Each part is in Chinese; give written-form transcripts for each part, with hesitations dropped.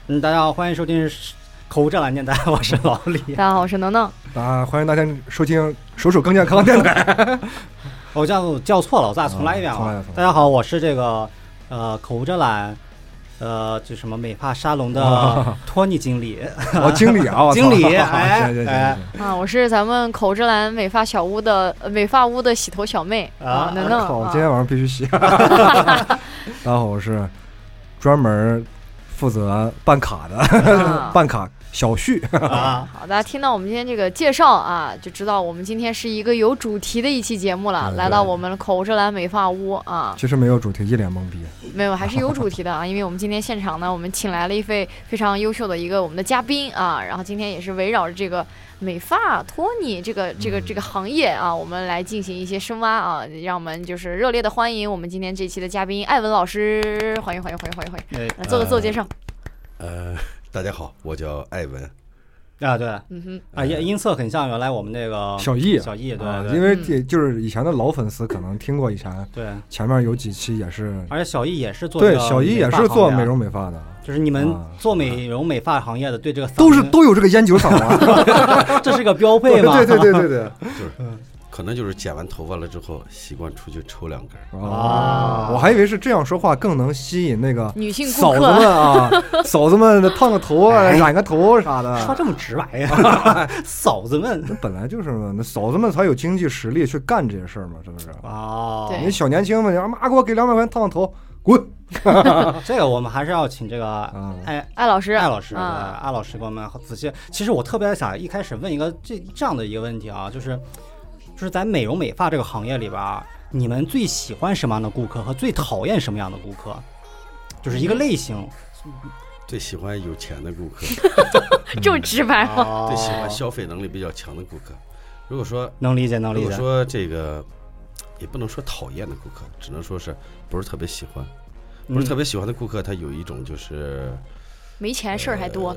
大家好，欢迎收听口无遮拦电台，我是老李。 大家好，我是能能。 欢迎大家收听手手更健康电台。 我叫错了，我再重来一遍啊！大家好，我是这个口无遮拦就什么美发沙龙的托尼经理。 经理啊， 经理， 我是咱们口无遮拦美发屋的洗头小妹啊，能能。 我今天晚上必须洗。大家好，我是专门负责办卡的办卡小旭好，大家听到我们今天这个介绍啊，就知道我们今天是一个有主题的一期节目了。来到我们口无遮拦美发屋啊， 其实没有主题，一脸懵逼。 没有，还是有主题的啊，因为我们今天现场呢，我们请来了一位非常优秀的我们的嘉宾啊，然后今天也是围绕着这个美发托尼这个行业啊，我们来进行一些深挖啊，让我们就是热烈的欢迎我们今天这期的嘉宾艾文老师，欢迎！做个自我介绍。 大家好，我叫艾文。 啊，对，音色很像原来我们那个小易， 对， 因为就是以前的老粉丝可能听过以前， 对， 前面有几期也是， 而且小易也是做， 对，小易也是做美容美发的， 就是你们做美容美发行业的，对这个都有这个烟酒嗓啊， 这是个标配嘛？ 对， 就是可能就是剪完头发了之后，习惯出去抽2根。 我还以为是这样说话更能吸引那个女性嫂子们啊，嫂子们烫个头啊，染个头啥的。 说这么直白呀，嫂子们， 那本来就是嘛，那嫂子们才有经济实力去干这些事儿嘛，是不是？你小年轻们，你妈给我给200块钱烫个头，滚！ 这个我们还是要请这个艾老师， 艾老师给我们仔细。其实我特别想一开始问一个这样的一个问题啊，就是在美容美发这个行业里边，你们最喜欢什么样的顾客和最讨厌什么样的顾客？就是一个类型。 最喜欢有钱的顾客， 这么直白吗？ 最喜欢消费能力比较强的顾客。如果说能理解， 如果说这个也不能说讨厌的顾客，只能说是不是特别喜欢，不是特别喜欢的顾客，他有一种就是没钱事儿还多。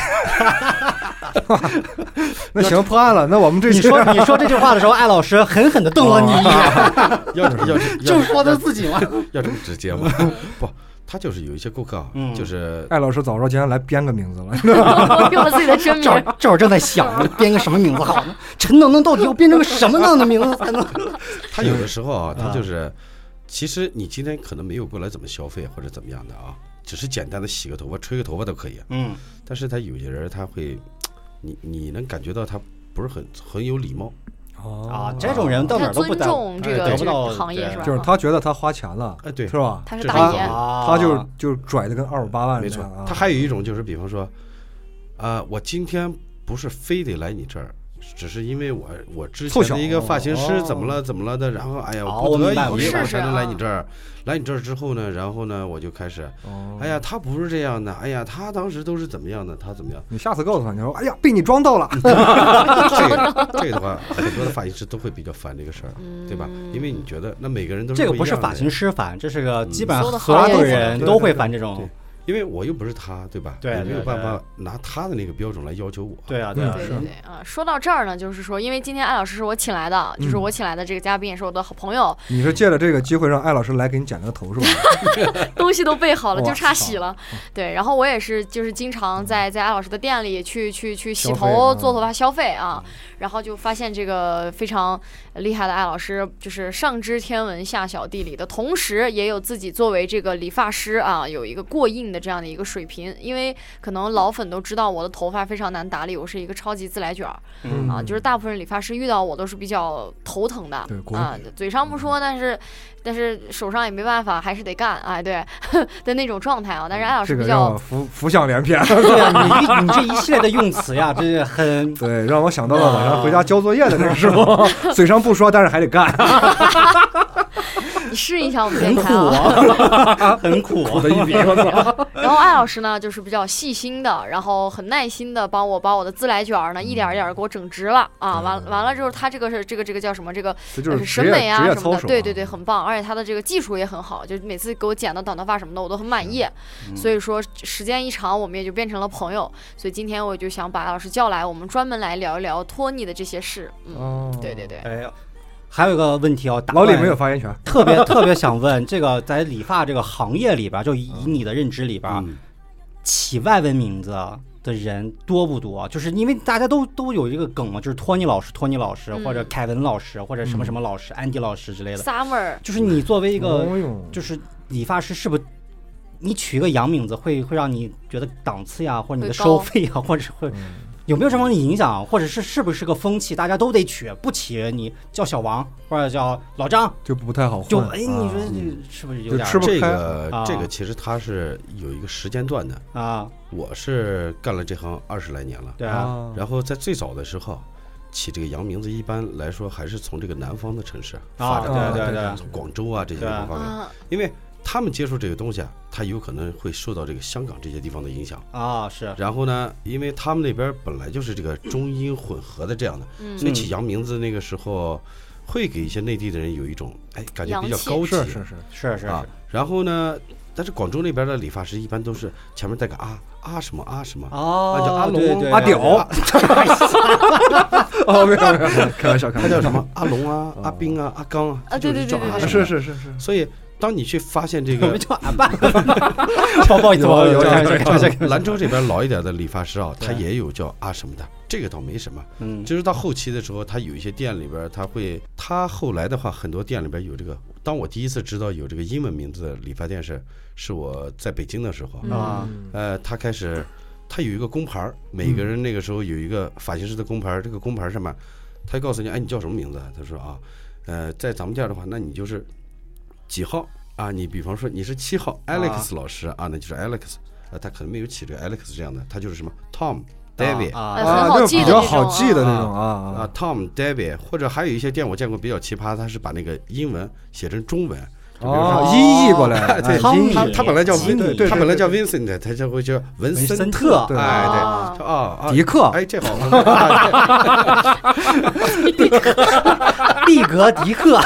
那行，破案了。那我们这你说这句话的时候，艾老师狠狠地瞪了你一眼。 要就说他自己吗？ 要这么直接吗？不，他就是有一些顾客就是艾老师早说今天来编个名字了， 用了自己的真名。 这会儿正在想编个什么名字好呢？陈能到底要编成个什么样的名字才能？ 他有的时候啊，他就是，其实你今天可能没有过来怎么消费或者怎么样的啊。只是简单的洗个头发、吹个头发都可以，但是他有些人他会，你能感觉到他不是很有礼貌这种人到哪都不尊重这个行业是吧？ 就是他觉得他花钱了， 对， 是吧？ 他是大爷， 他就拽的跟28万， 没错。他还有一种就是，比方说，我今天不是非得来你这儿。只是因为我之前的一个发型师怎么了的，然后我不得已我才能来你这儿。来你这儿之后呢，然后呢我就开始，他不是这样的，他当时都是怎么样的，他怎么样？ 你下次告诉他，你说被你装到了。 这个的话，很多的发型师都会比较烦这个事儿，对吧？因为你觉得那每个人都是这个不是发型师烦，这是个基本上所有人都会烦这种。 因为我又不是他，对吧？ 对， 没有办法拿他的那个标准来要求我。 对啊。 说到这儿呢，就是说，因为今天艾老师是我请来的，就是我请来的这个嘉宾也是我的好朋友。 你是借了这个机会让艾老师来给你剪个头是吧？ 东西都备好了，就差洗了。对，然后我也是，就是经常在艾老师的店里去洗头、做头发消费啊。然后就发现这个非常厉害的艾老师，就是上知天文下晓地理的同时，也有自己作为这个理发师啊，有一个过硬的这样的一个水平。因为可能老粉都知道我的头发非常难打理，我是一个超级自来卷就是大部分理发师遇到我都是比较头疼的嘴上不说，但是手上也没办法，还是得干对的那种状态啊。但是艾老师比较浮想联翩， 对啊，你这一系列的用词呀，这很对，让我想到了晚上回家交作业的那个时候，嘴上不说，但是还得干。 你试一下我们电台很苦的一笔。 然后艾老师呢，就是比较细心的，然后很耐心的帮我把我的自来卷呢一点一点给我整直了完了之后，他这个叫什么？这个审美啊什么的，对，很棒。而且他的这个技术也很好，就每次给我剪的短头发什么的，我都很满意。所以说时间一长，我们也就变成了朋友。所以今天我就想把艾老师叫来，我们专门来聊一聊托尼的这些事。对。 还有一个问题老李没有发言权， 特别想问，这个在理发这个行业里边，就以你的认知里边， 起外文名字的人多不多？就是因为大家都有一个梗嘛，就是托尼老师、或者凯文老师，或者什么什么老师、安迪老师之类的。 Summer， 就是你作为一个就是理发师，是不是你取一个洋名字会让你觉得档次呀，或者你的收费呀，或者会有没有什么影响，或者是不是个风气，大家都得取，不起你叫小王或者叫老张就不太好混。 就你说这是不是有点吃不开？ 这个其实它是有一个时间段的啊。 我是干了这行20来年了， 对啊。 然后在最早的时候，起这个洋名字一般来说还是从这个南方的城市发展的， 对， 从广州啊这些地方发展，因为他们接触这个东西啊，他有可能会受到这个香港这些地方的影响啊，是。 然后呢，因为他们那边本来就是这个中英混合的这样的，所以起洋名字那个时候会给一些内地的人有一种感觉比较高级， 是啊。然后呢，但是广州那边的理发师一般都是前面带个什么什么叫阿龙阿屌哦，没有，开玩笑， 他叫什么阿龙阿斌阿刚对， 是，所以。当你去发现这个， 我们叫阿爸，不好意思， 兰州这边老一点的理发师啊，他也有叫什么的，这个倒没什么。就是到后期的时候，他有一些店里边，他后来的话，很多店里边有这个。当我第一次知道有这个英文名字的理发店是我在北京的时候啊， 他有一个工牌，每个人那个时候有一个发型师的工牌，这个工牌上面，他告诉你，你叫什么名字？他说在咱们店的话，那你就是几号啊？你比方说你是7号 Alex 老师那就是 Alex 他可能没有起这个 Alex 这样的，他就是什么 Tom、David 很好记的比较好记的那种 Tom、David， 或者还有一些店我见过比较奇葩，他是把那个英文写成中文。 音译过来， 对，他本来叫Vincent， 他就会叫文森特，对， 迪克， 这好， 蒂格迪克，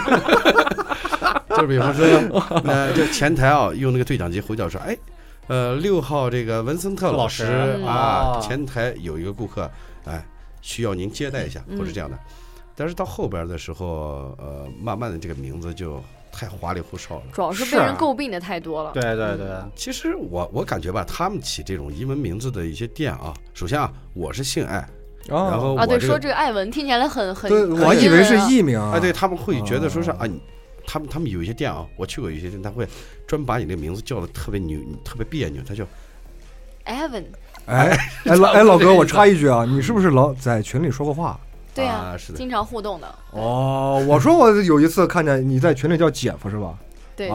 就比方说，就前台用那个对讲机呼叫说，6号这个文森特老师前台有一个顾客，需要您接待一下，或者这样的。但是到后边的时候，慢慢的这个名字就太花里胡哨了， 主要是被人诟病的太多了。 对， 其实我感觉吧，他们起这种英文名字的一些店首先我是姓艾，然后对，说这个艾文听起来很， 对，我以为是艺名对，他们会觉得说是他们有一些店我去过有些店，他会专把你那个名字叫的特别扭，特别别扭，他叫 Evan。 老哥，我插一句你是不是老在群里说过话？ 对呀， 是的， 经常互动的。 我说我有一次看见你在群里叫姐夫是吧？ 对。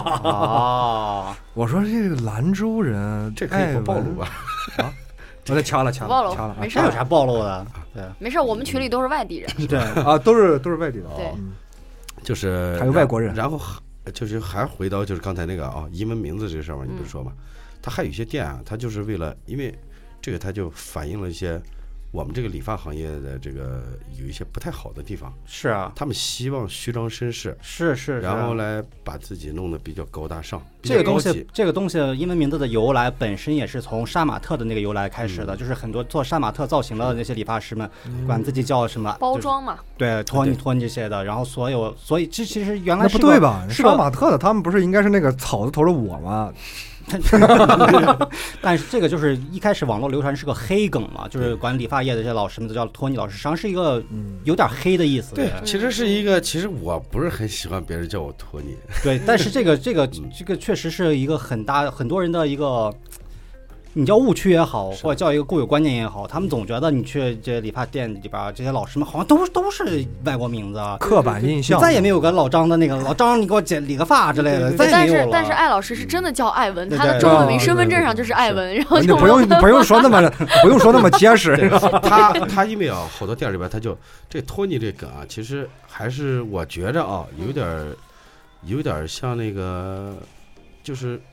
我说这个兰州人， 这可以不暴露吧？ 我再掐了， 没事， 有啥暴露的？对， 没事，我们群里都是外地人。 对都是外地的。 对， 就是还有外国人。 然后就是还回到就是刚才那个英文名字这个事儿嘛，你不是说嘛？他还有一些店他就是为了，因为这个他就反映了一些。我们这个理发行业的这个有一些不太好的地方， 是啊， 他们希望虚张声势， 是， 然后来把自己弄得比较高大上。 这个东西，英文名字的由来本身也是从杀马特的那个由来开始的，就是很多做杀马特造型的那些理发师们，管自己叫什么包装嘛， 对，托尼这些的，然后所以这其实原来是不对吧？杀马特的他们不是应该是那个草字头的我吗？ 但是这个就是一开始网络流传是个黑梗嘛，就是管理发业的这些老师们都叫托尼老师，实际上是一个有点黑的意思。 对，其实是一个，其实我不是很喜欢别人叫我托尼。 对，但是这个确实是一个很多人的一个。你叫误区也好，或者叫一个固有观念也好，他们总觉得你去这理发店里边这些老师们好像都是外国名字， 刻板印象， 再也没有个老张的那个老张，你给我理个发之类的，再也没有了。 但是艾老师是真的叫艾文，他的中文名身份证上就是艾文，然后你不用说那么结实。 他因为好多店里边他就这托尼这梗其实还是我觉着有点像那个就是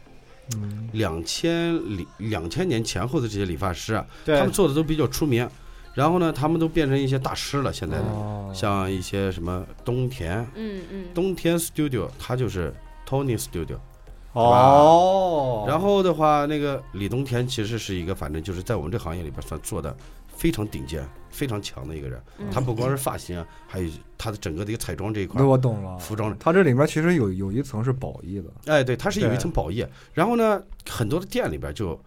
。2000年前后的这些理发师他们做的都比较出名，然后呢，他们都变成一些大师了。现在的像一些什么东田Studio， 他就是 Tony Studio， 然后的话，那个李东田其实是一个，反正就是在我们这行业里边算做的非常顶尖、非常强的一个人。他不光是发型还有他的整个的一个彩妆这一块。 我懂了， 服装。 他这里面其实有一层是保艺的。 对，它是有一层保艺。然后呢，很多的店里边就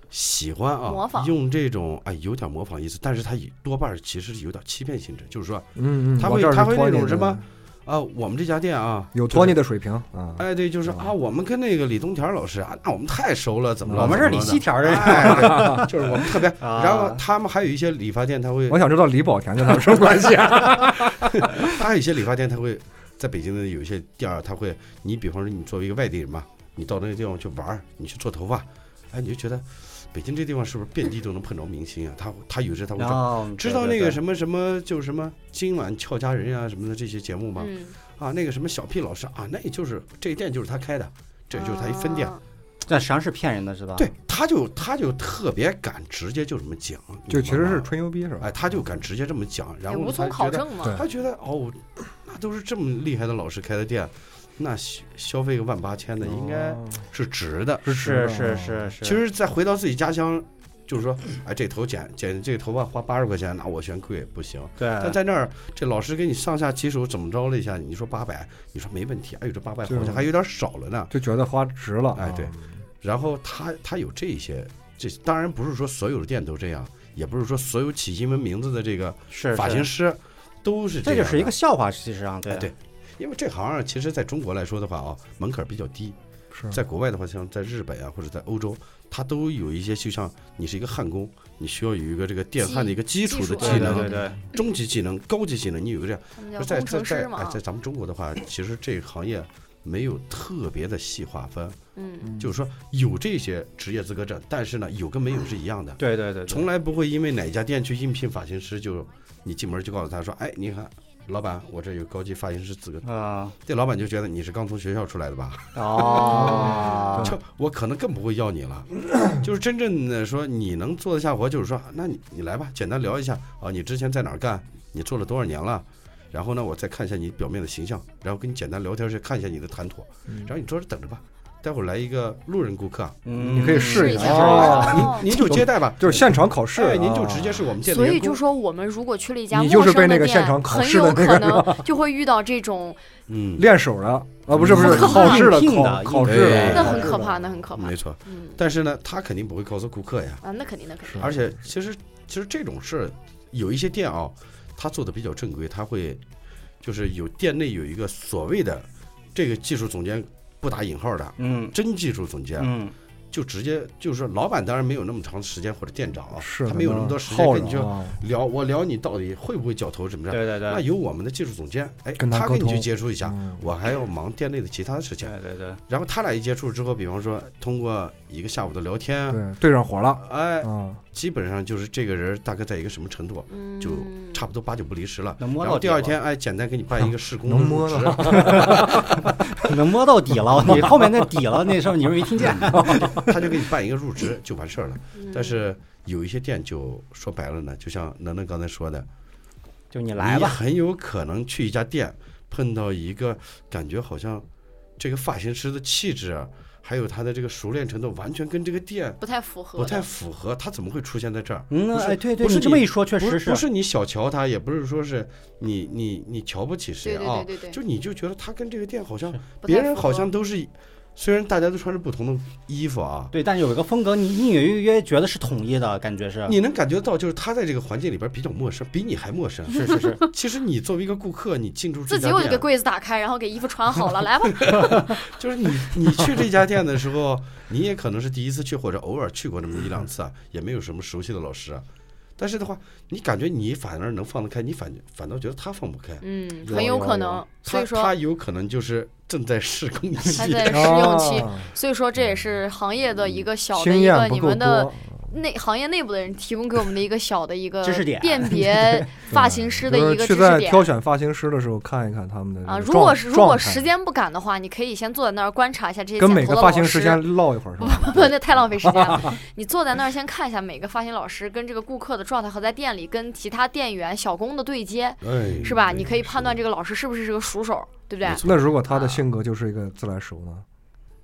喜欢模仿用这种有点模仿意思，但是他多半其实是有点欺骗性质，就是说，他会那种什么我们这家店有托尼的水平啊，对，就是我们跟那个李东田老师那我们太熟了，怎么了？ 我们是李西田的， 就是我们特别。然后他们还有一些理发店，他会， 我想知道李保田跟他们什么关系啊？ 他还有一些理发店，他会在北京的有一些店，他会，你比方说你作为一个外地人嘛，你到那个地方去玩，你去做头发，你就觉得。北京这地方是不是遍地都能碰着明星啊？他有时他会知道那个什么什么就是什么今晚俏佳人呀什么的这些节目吗？那个什么小 P 老师那也就是这店就是他开的，这就是他一分店。 这实际上是骗人的，是吧？ 对，他就特别敢直接就这么讲， 就其实是吹牛逼是吧？ 他就敢直接这么讲，然后无从考证嘛。 他觉得那都是这么厉害的老师开的店。那消费个18000的应该是值的， 是。 其实再回到自己家乡，就是说，这头剪这个头发花80块钱，那我嫌贵不行。 对。 但在那儿，这老师给你上下其手怎么着了一下，你说800，你说没问题。这800好像还有点少了呢， 就觉得花值了。 对。然后他有这些，这当然不是说所有的店都这样，也不是说所有起英文名字的这个发型师都是这样。 这就是一个笑话，实际上对。因为这行其实在中国来说的话门槛比较低，在国外的话，像在日本或者在欧洲，它都有一些，就像你是一个焊工，你需要有一个这个电焊的一个基础的技能， 对， 中级技能、高级技能，你有个这样。 在咱们中国的话，其实这个行业没有特别的细划分，就是说有这些职业资格证，但是呢，有跟没有是一样的， 对， 从来不会因为哪家店去应聘发型师，就你进门就告诉他说，你看。老板，我这有高级发型师资格这老板就觉得你是刚从学校出来的吧？就我可能更不会要你了。就是真正的说你能做得下活，就是说，那你来吧，简单聊一下你之前在哪儿干，你做了多少年了，然后呢，我再看一下你表面的形象，然后跟你简单聊天去看一下你的谈吐，然后你坐着等着吧。待会儿来一个路人顾客， 你可以试一下， 您就接待吧， 就是现场考试， 您就直接是我们店的员工。所以就说我们如果去了一家陌生的店， 很有可能就会遇到这种练手的不是考试的考试的， 那很可怕，那很可怕。 没错，但是呢，他肯定不会告诉顾客呀。 那肯定的，肯定。 而且其实这种事，有一些店他做的比较正规，他会就是有店内有一个所谓的这个技术总监。不打引号的，真技术总监，就直接就是说，老板当然没有那么长时间，或者店长他没有那么多时间跟你就聊，我聊你到底会不会绞头什么的。 对， 那由我们的技术总监，他跟你去接触一下，我还要忙店内的其他的事情。 对。 然后他俩一接触之后，比方说通过一个下午的聊天， 对上火了， 基本上就是这个人大概在一个什么程度，就差不多8、9不离十了。 然后第二天，简单给你办一个试工， 能摸到， 能摸到底了。你后面那底了，那时候你是没听见。 他就给你办一个入职就完事儿了。但是有一些店就说白了呢，就像能刚才说的， 就你来吧， 你很有可能去一家店碰到一个感觉好像这个发型师的气质还有他的这个熟练程度完全跟这个店不太符合， 他怎么会出现在这儿？ 对，你这么一说，确实是不是你小瞧他，也不是说是你瞧不起谁对， 就你就觉得他跟这个店好像别人好像都是。虽然大家都穿着不同的衣服对，但是有一个风格，你隐隐约觉得是统一的感觉，是你能感觉到，就是他在这个环境里边比较陌生，比你还陌生。 是。 其实你作为一个顾客，你进入这家店， 自己我就给柜子打开，然后给衣服穿好了，来吧。 就是你去这家店的时候，你也可能是第一次去，或者偶尔去过那么1、2次也没有什么熟悉的老师但是的话，你感觉你反而能放得开，你反倒觉得他放不开。 很有可能。所以说他有可能就是正在试工期， 还在试用期。所以说这也是行业的一个小的一个你们的行业内部的人提供给我们的一个小的一个知识点， 辨别发型师的一个知识点。 去在挑选发型师的时候看一看他们的如果时间不赶的话，你可以先坐在那儿观察一下这些跟每个发型师先唠一会儿，是吧？ 不，那太浪费时间了。你坐在那儿先看一下每个发型老师跟这个顾客的状态和在店里跟其他店员小工的对接，是吧？你可以判断这个老师是不是个熟手，对不对？ 那如果他的性格就是一个自来熟呢？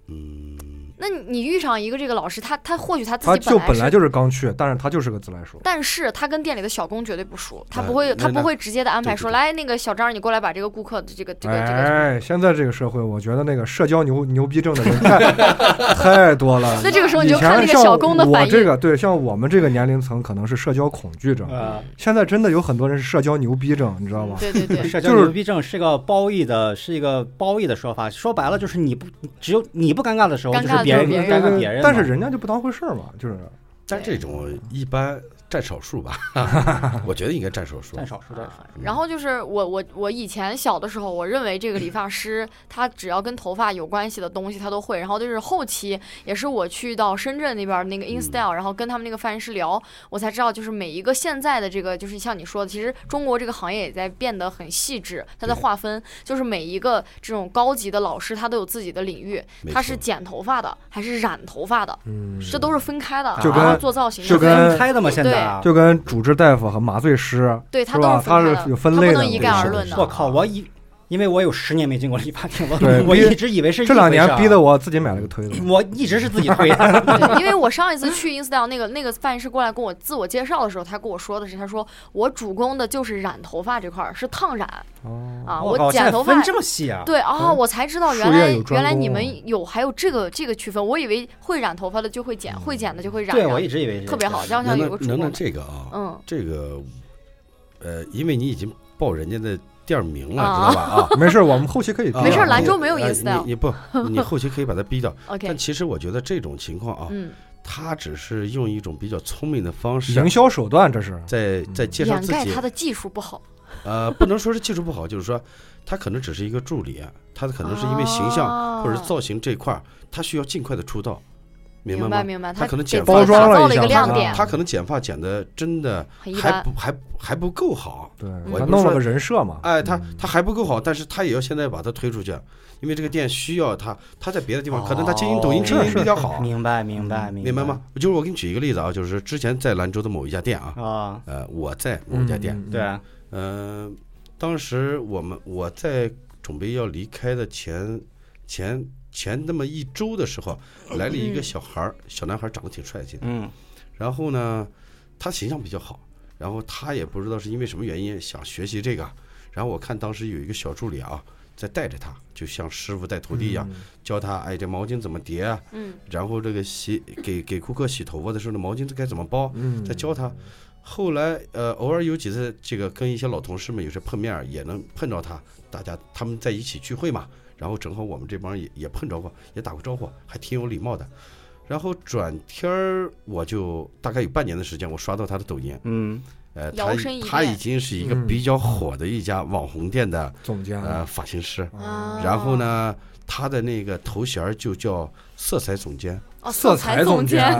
那你遇上一个这个老师，他或许他自己本来就是刚去，但是他就是个自来熟， 但是他跟店里的小工绝对不熟，他不会直接的安排说，来那个小张，你过来把这个顾客的这个。 哎，现在这个社会，我觉得那个社交牛逼症的人太多了。 那这个时候你就看那个小工的反应。 对，像我们这个年龄层可能是社交恐惧症，现在真的有很多人是社交牛逼症，你知道吗？ 对， 社交牛逼症是一个褒义的说法，说白了就是只有你不尴尬的时候，就是别人尴尬别人， 但是人家就不当回事嘛，就是。 但这种一般占少数吧，我觉得应该占少数。 然后就是我以前小的时候，我认为这个理发师他只要跟头发有关系的东西他都会。然后就是后期也是我去到深圳那边那个 InStyle，然后跟他们那个发型师聊，我才知道就是每一个现在的这个就是像你说的，其实中国这个行业也在变得很细致，它在划分，就是每一个这种高级的老师他都有自己的领域，他是剪头发的还是染头发的，这都是分开的， 就跟做造型就跟分开的嘛，现在就跟主治大夫和麻醉师， 对，他都是有分类的， 不能一概而论的。 我靠，因为我有10年没进过理发店，我一直以为是这2年逼得我自己买了个推子， 我一直是自己推的。 因为我上一次去 InStyle 那个发型师过来跟我自我介绍的时候，他跟我说的是，他说我主攻的就是染头发这块，是烫染。我剪头发分这么细啊？ 对啊，我才知道原来你们还有这个区分，我以为会染头发的就会剪，会剪的就会染。 对，我一直以为特别好，这样像有个主攻。 这个啊，这个因为你已经报人家的店名了，知道吧？啊， 没事，我们后期可以没事，兰州没有 InStyle， 你后期可以把它逼掉。 OK， 但其实我觉得这种情况啊，他只是用一种比较聪明的方式， 营销手段，这是在介绍自己， 掩盖他的技术不好。 不能说是技术不好，就是说他可能只是一个助理，他可能是因为形象或者造型这块，他需要尽快的出道。明白吗？他可能剪发包装了一个亮点， 他可能剪发剪的真的还不够好。 对，他弄了个人设嘛。 哎，他还不够好，但是他也要现在把它推出去，因为这个店需要他在别的地方可能他经营抖音经营比较好。 明白吗？就是我给你举一个例子啊，就是之前在兰州的某一家店啊，我在某一家店， 对， 当时我在准备要离开的前那么1周的时候，来了一个小男孩长得挺帅气的，然后呢，他形象比较好，然后他也不知道是因为什么原因想学习这个，然后我看当时有一个小助理啊，在带着他，就像师傅带徒弟一样，教他这毛巾怎么叠啊，然后这个给顾客洗头发的时候，毛巾该怎么包，再教他。后来偶尔有几次这个跟一些老同事们有时碰面也能碰着他，他们在一起聚会嘛。然后正好我们这帮也碰着过，也打过招呼，还挺有礼貌的。然后转天我就大概有半年的时间，我刷到他的抖音，他已经是一个比较火的一家网红店的总监， 发型师。然后呢，他的那个头衔就叫色彩总监。 色彩总监，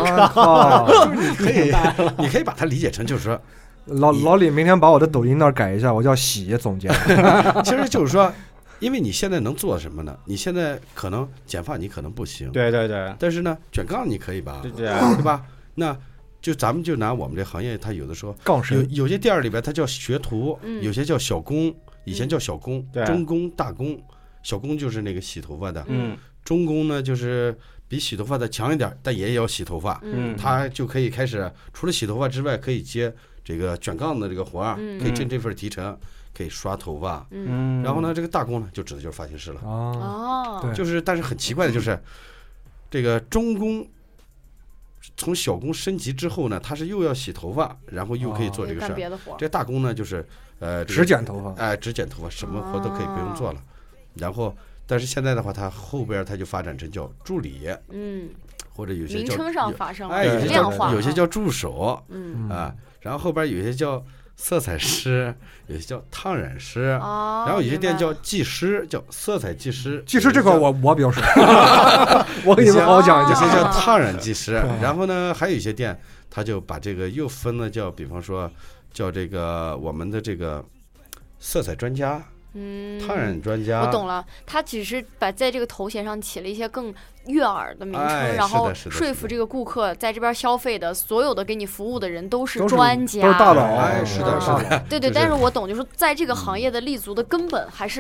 你可以把它理解成就是说， 老李明天把我的抖音那儿改一下，我叫洗总监。 其实就是说。因为你现在能做什么呢？你现在可能剪发你可能不行， 对， 但是呢，卷杠你可以吧？对吧？那就咱们就拿我们这行业，它有的时候有些店里边它叫学徒，有些叫小工，以前叫小工，中工、大工，小工就是那个洗头发的，中工呢就是比洗头发的强一点，但也要洗头发，他就可以开始除了洗头发之外，可以接这个卷杠的这个活儿，可以挣这份提成。可以刷头发，然后呢，这个大工呢，就指的就是发型师了。对，就是但是很奇怪的就是，这个中工从小工升级之后呢，他是又要洗头发，然后又可以做这个事儿。这大工呢，就是只剪头发， 只剪头发，什么活都可以不用做了。然后，但是现在的话，他后边他就发展成叫助理，或者有些叫名称上发生了量化， 有些叫助手，然后后边有些叫。色彩师，有些叫烫染师，然后有些店叫技师，叫色彩技师。 技师这块我比较熟，我给你们好好讲一讲。有些叫烫染技师，然后呢，还有一些店，他就把这个又分了，叫比方说叫这个我们的这个色彩专家。烫染专家， 我懂了，他只是把在这个头衔上起了一些更悦耳的名称，然后说服这个顾客在这边消费的所有的给你服务的人都是专家， 都是大佬。 是的。 对，但是我懂，就是在这个行业的立足的根本还是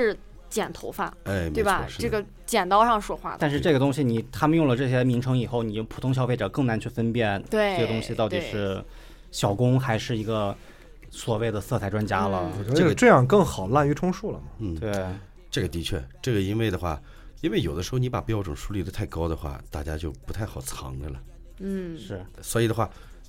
剪头发， 哎， 对吧？这个剪刀上说话的。 但是这个东西他们用了这些名称以后，你普通消费者更难去分辨对这个东西到底是小工还是一个所谓的色彩专家了。 我觉得这样更好，滥竽充数了嘛。 对， 这个的确，这个因为的话，因为有的时候你把标准树立的太高的话，大家就不太好藏着了。 是。 所以的话，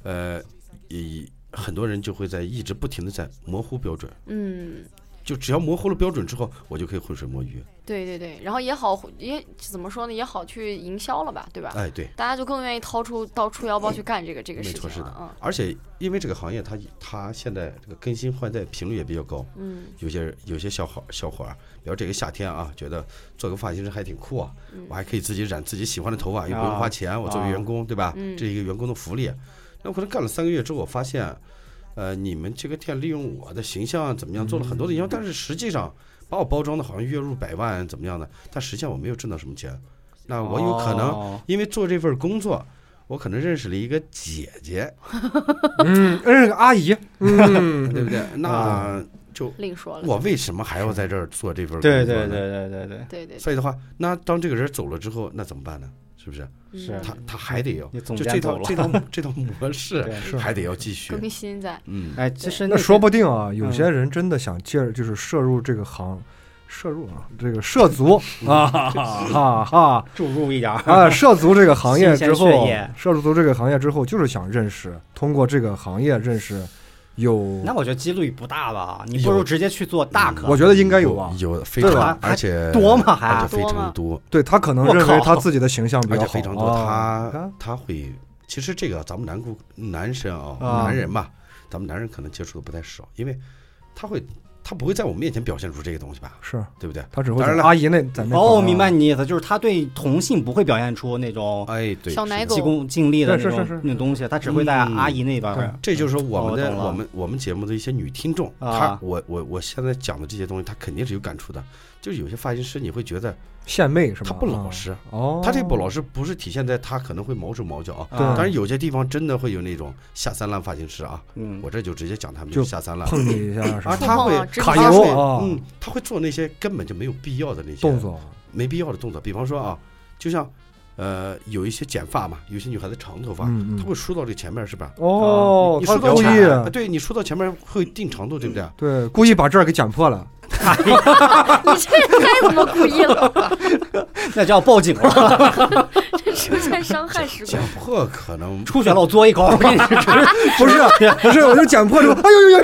很多人就会一直不停的在模糊标准。就只要模糊了标准之后，我就可以浑水摸鱼。 对，然后也怎么说呢，也好去营销了吧，对吧？ 哎，对， 大家就更愿意掏出腰包去干这个事情了。 没错，是的。而且因为这个行业它现在这个更新换代频率也比较高。有些小伙儿，比如这个夏天啊，觉得做个发型师还挺酷啊，我还可以自己染自己喜欢的头发，又不用花钱，我作为员工，对吧？这是一个员工的福利。那我可能干了3个月之后，我发现。你们这个店利用我的形象怎么样做了很多的营销，但是实际上把我包装的好像月入100万怎么样的，但实际上我没有挣到什么钱。那我有可能因为做这份工作，我可能认识了一个姐姐， 认识个阿姨， 对不对？那就另说了。 我为什么还要在这儿做这份工作呢？ 对。 所以的话，那当这个人走了之后，那怎么办呢？是不是？ 是他还得要，就这套模式还得要继续更新在。 其实那说不定啊，有些人真的想就是摄入这个这个涉足注入一点涉足这个行业之后，就是想认识，通过这个行业认识。 那我觉得几率不大吧？你不如直接去做大课。 我觉得应该有吧， 有非常，而且多吗？还非常多。 对，他可能认为他自己的形象比较好， 而且非常多。他会，其实这个咱们男生啊，男人吧，咱们男人可能接触的不太少，因为他不会在我们面前表现出这个东西吧？ 是对不对？ 他只会在阿姨在那。 我明白你意思，就是他对同性不会表现出那种对小奶狗急功近利的那种东西，他只会在阿姨那边。 这就是说我们节目的一些女听众，我现在讲的这些东西，他肯定是有感触的。就是有些发型师你会觉得献媚是吧？ 他不老实他这不老实不是体现在他可能会毛手毛脚当然有些地方真的会有那种下三滥发型师啊。我这就直接讲他们就下三滥， 碰你一下， 他会卡油他会做那些根本就没有必要的那些动作， 没必要的动作。比方说啊，就像有一些剪发嘛，有些女孩子长头发，她会梳到这前面是吧？ 你梳到前面， 对你梳到前面会定长度，对不对？ 对，故意把这儿给剪破了。 你这太怎么故意了？ 那叫报警了。 这出现伤害事故。 剪破可能出血了，我嘬一口。我跟你说， 不是，我就剪破之后，哎呦，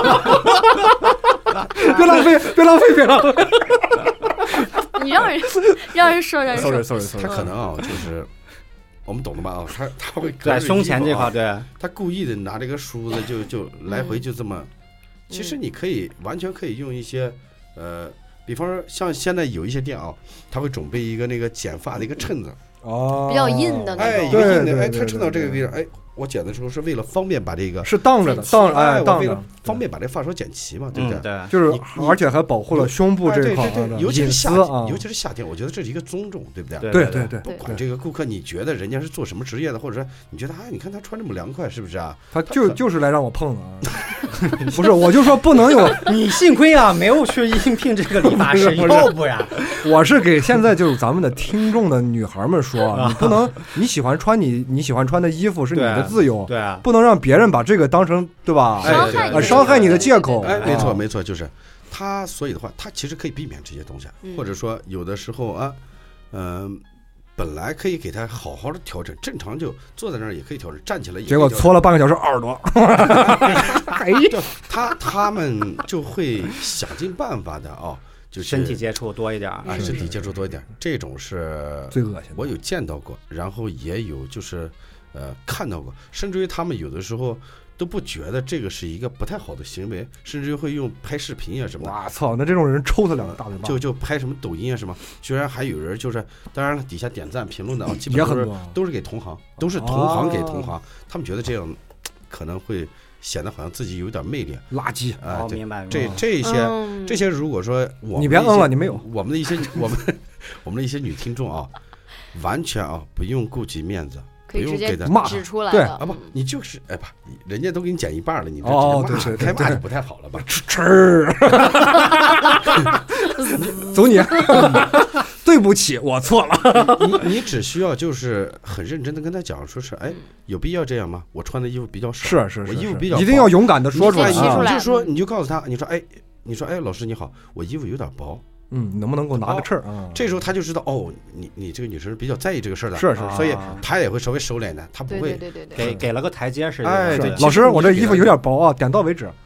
别浪费。 你让人说。 sorry， 他可能啊，就是我们懂的吧？啊，他会在胸前这块，对， 他故意的拿这个梳子就来回就这么。其实你完全可以用一些比方说像现在有一些店啊，他会准备一个那个剪发的一个秤子比较硬的那种， 一个硬的，他称到这个位置，我剪的时候是为了方便把这个是荡着的，荡着，方便把这发梢剪齐嘛，对不对？ 对， 就是而且还保护了胸部这块的尤其是夏天，我觉得这是一个尊重，对不对？ 对， 不管这个顾客你觉得人家是做什么职业的，或者说你觉得你看他穿这么凉快，是不是啊？ 他就是来让我碰的啊，不是，我就说不能有。 你幸亏啊没有去应聘这个理发师，要不然我是给现在就是咱们的听众的女孩们说，你不能你喜欢穿你喜欢穿的衣服是你的自由， 对， 不能让别人把这个当成对吧？伤害你的借口。 没错，就是他，所以的话，他其实可以避免这些东西，或者说有的时候啊，本来可以给他好好的调整，正常就坐在那儿也可以调整，站起来也可以结果搓了半个小时耳朵。 他们就会想尽办法的啊。就是身体接触多一点身体接触多一点，这种是最恶心的。 我有见到过，然后也有就是看到过，甚至于他们有的时候都不觉得这个是一个不太好的行为，甚至于会用拍视频啊什么的。 我操，那这种人抽他两个大嘴巴。 就拍什么抖音啊什么，居然还有人就是，当然了，底下点赞评论的啊，基本都是给同行，都是同行给同行，他们觉得这样可能会显得好像自己有点魅力， 垃圾啊！ 明白。 这些，如果说你别了，你没有我们的一些我们的一些女听众啊，完全啊不用顾及面子， 可以直接指出来对啊不，你就是人家都给你剪一半了，你这对太骂就不太好了吧？ 吃走你，对不起，我错了。 你只需要就是很认真的跟他讲，说是哎，有必要这样吗？我穿的衣服比较少， 是我衣服比较薄， 一定要勇敢的说出来， 你就告诉他，你说哎，老师你好，我衣服有点薄。 能不能给我拿个秤啊？ 这时候他就知道哦，你这个女生比较在意这个事儿的， 是， 所以他也会稍微收敛的，他不会给了个台阶是。 哎，对， 老师，我这衣服有点薄啊，点到为止。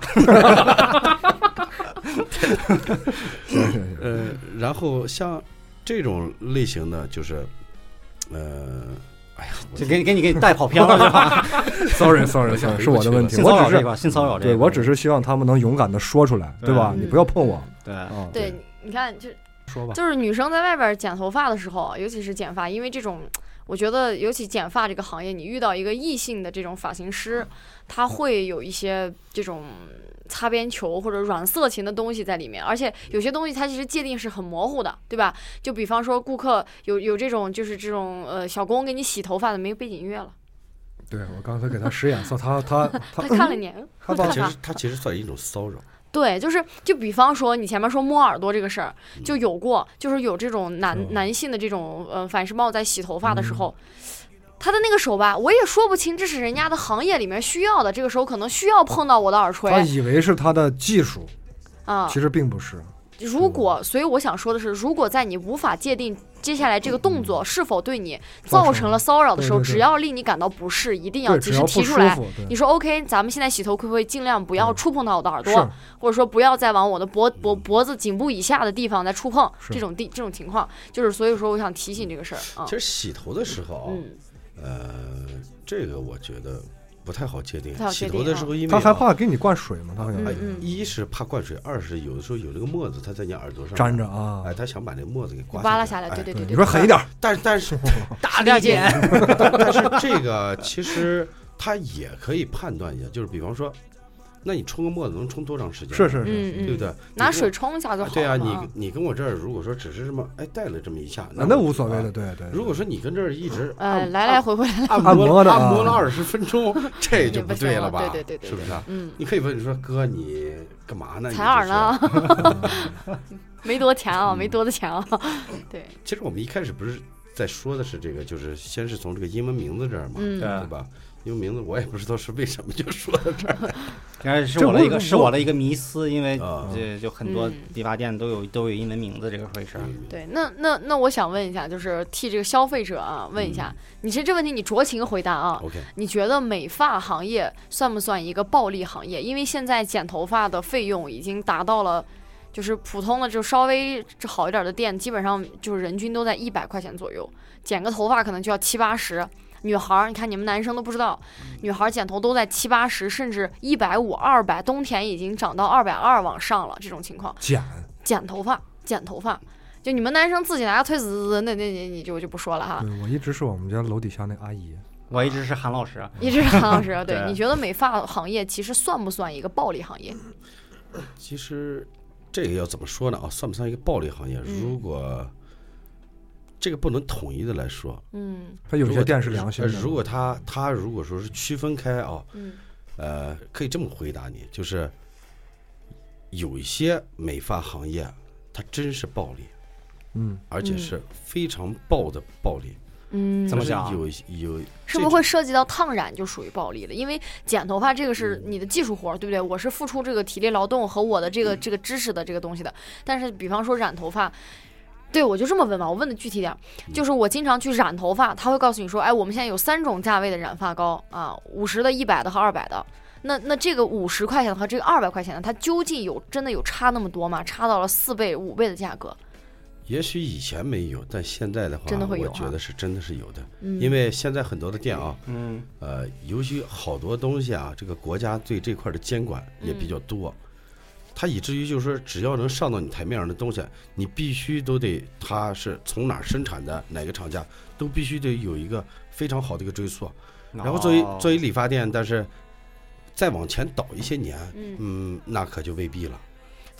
然后像这种类型的，就是哎呀， 就给你带跑偏了是吧 ？Sorry， 是我的问题。 性骚扰这个，性骚扰这个， 对我只是希望他们能勇敢的说出来，对吧？你不要碰我。 对，你看， 说吧， 就是女生在外边剪头发的时候，尤其是剪发，因为这种，我觉得尤其剪发这个行业，你遇到一个异性的这种发型师，他会有一些这种擦边球或者软色情的东西在里面，而且有些东西它其实界定是很模糊的，对吧？就比方说顾客有这种就是这种小工给你洗头发的没有背景音乐了。 对，我刚才给他使眼色，他看了你， 他其实算一种骚扰。 对，就比方说你前面说摸耳朵这个事儿，就有过，就是有这种男性的这种反式帽在洗头发的时候，他的那个手吧，我也说不清这是人家的行业里面需要的，这个时候可能需要碰到我的耳垂。 他以为是他的技术啊， 其实并不是。 如果，所以我想说的是，如果在你无法界定接下来这个动作是否对你造成了骚扰的时候，只要令你感到不适，一定要及时提出来。你说 OK， 咱们现在洗头可不可以尽量不要触碰到我的耳朵，或者说不要再往我的脖子颈部以下的地方再触碰，这种情况，就是所以说我想提醒这个事儿啊。 其实洗头的时候，这个我觉得不太好界定。洗头的时候，因为他害怕给你灌水嘛，他好像一是怕灌水，二是有的时候有这个沫子，他在你耳朵上粘着啊， 哎，他想把这沫子给刮下来。对， 你说狠一点， 但是大力点， 但是这个其实他也可以判断一下，就是比方说，那你冲个沫子能冲多长时间？ 是， 对不对？ 拿水冲一下就好了。 对啊，你跟我这儿如果说只是这么带了这么一下， 那无所谓的，对。 如果说你跟这儿一直来来回回按摩了 20分钟，这就不对了吧？ 对， 是不是？你可以问你说哥，你干嘛呢？ 采耳呢？没多钱啊，没多的钱啊。对。 其实我们一开始不是在说的是这个，就是先是从这个英文名字这儿嘛，对吧？因为名字我也不知道是为什么就说到这儿， 应该是我的一个迷思，因为就很多理发店都有英文名字这个回事。 对，那我想问一下，就是替这个消费者啊问一下，你这问题你酌情回答啊。 OK， 你觉得美发行业算不算一个暴利行业？因为现在剪头发的费用已经达到了，就是普通的就稍微好一点的店，基本上就是人均都在100块钱左右，剪个头发可能就要70-80。女孩，你看你们男生都不知道，女孩剪头都在70-80，甚至150-200，冬天已经涨到220往上了。这种情况，剪头发，就你们男生自己拿个推子，那你就不说了哈。 对，我一直是我们家楼底下那阿姨， 我一直是韩老师， 对，你觉得美发行业其实算不算一个暴利行业？ 其实这个要怎么说呢？算不算一个暴利行业？如果这个不能统一的来说， 它有些店是良心的。 如果他如果说是区分开可以这么回答你，就是有一些美发行业它真是暴利，而且是非常暴的暴利。 怎么讲？ 有是不是会涉及到烫染就属于暴利了？因为剪头发这个是你的技术活，对不对？我是付出这个体力劳动和我的这个知识的这个东西的。但是比方说染头发。对，我就这么问吧，我问的具体点，就是我经常去染头发，他会告诉你说，哎，我们现在有3种价位的染发膏啊，50的、100的和200的。那这个50块钱和这个200块钱的，它究竟真的有差那么多吗？差到了4倍、5倍的价格？ 也许以前没有，但现在的话， 真的会有， 我觉得是真的是有的。因为现在很多的店啊，尤其好多东西啊，这个国家对这块的监管也比较多。它以至于就是说，只要能上到你台面上的东西，你必须都得，它是从哪儿生产的，哪个厂家，都必须得有一个非常好的一个追溯。然后作为理发店，但是再往前倒一些年，那可就未必了。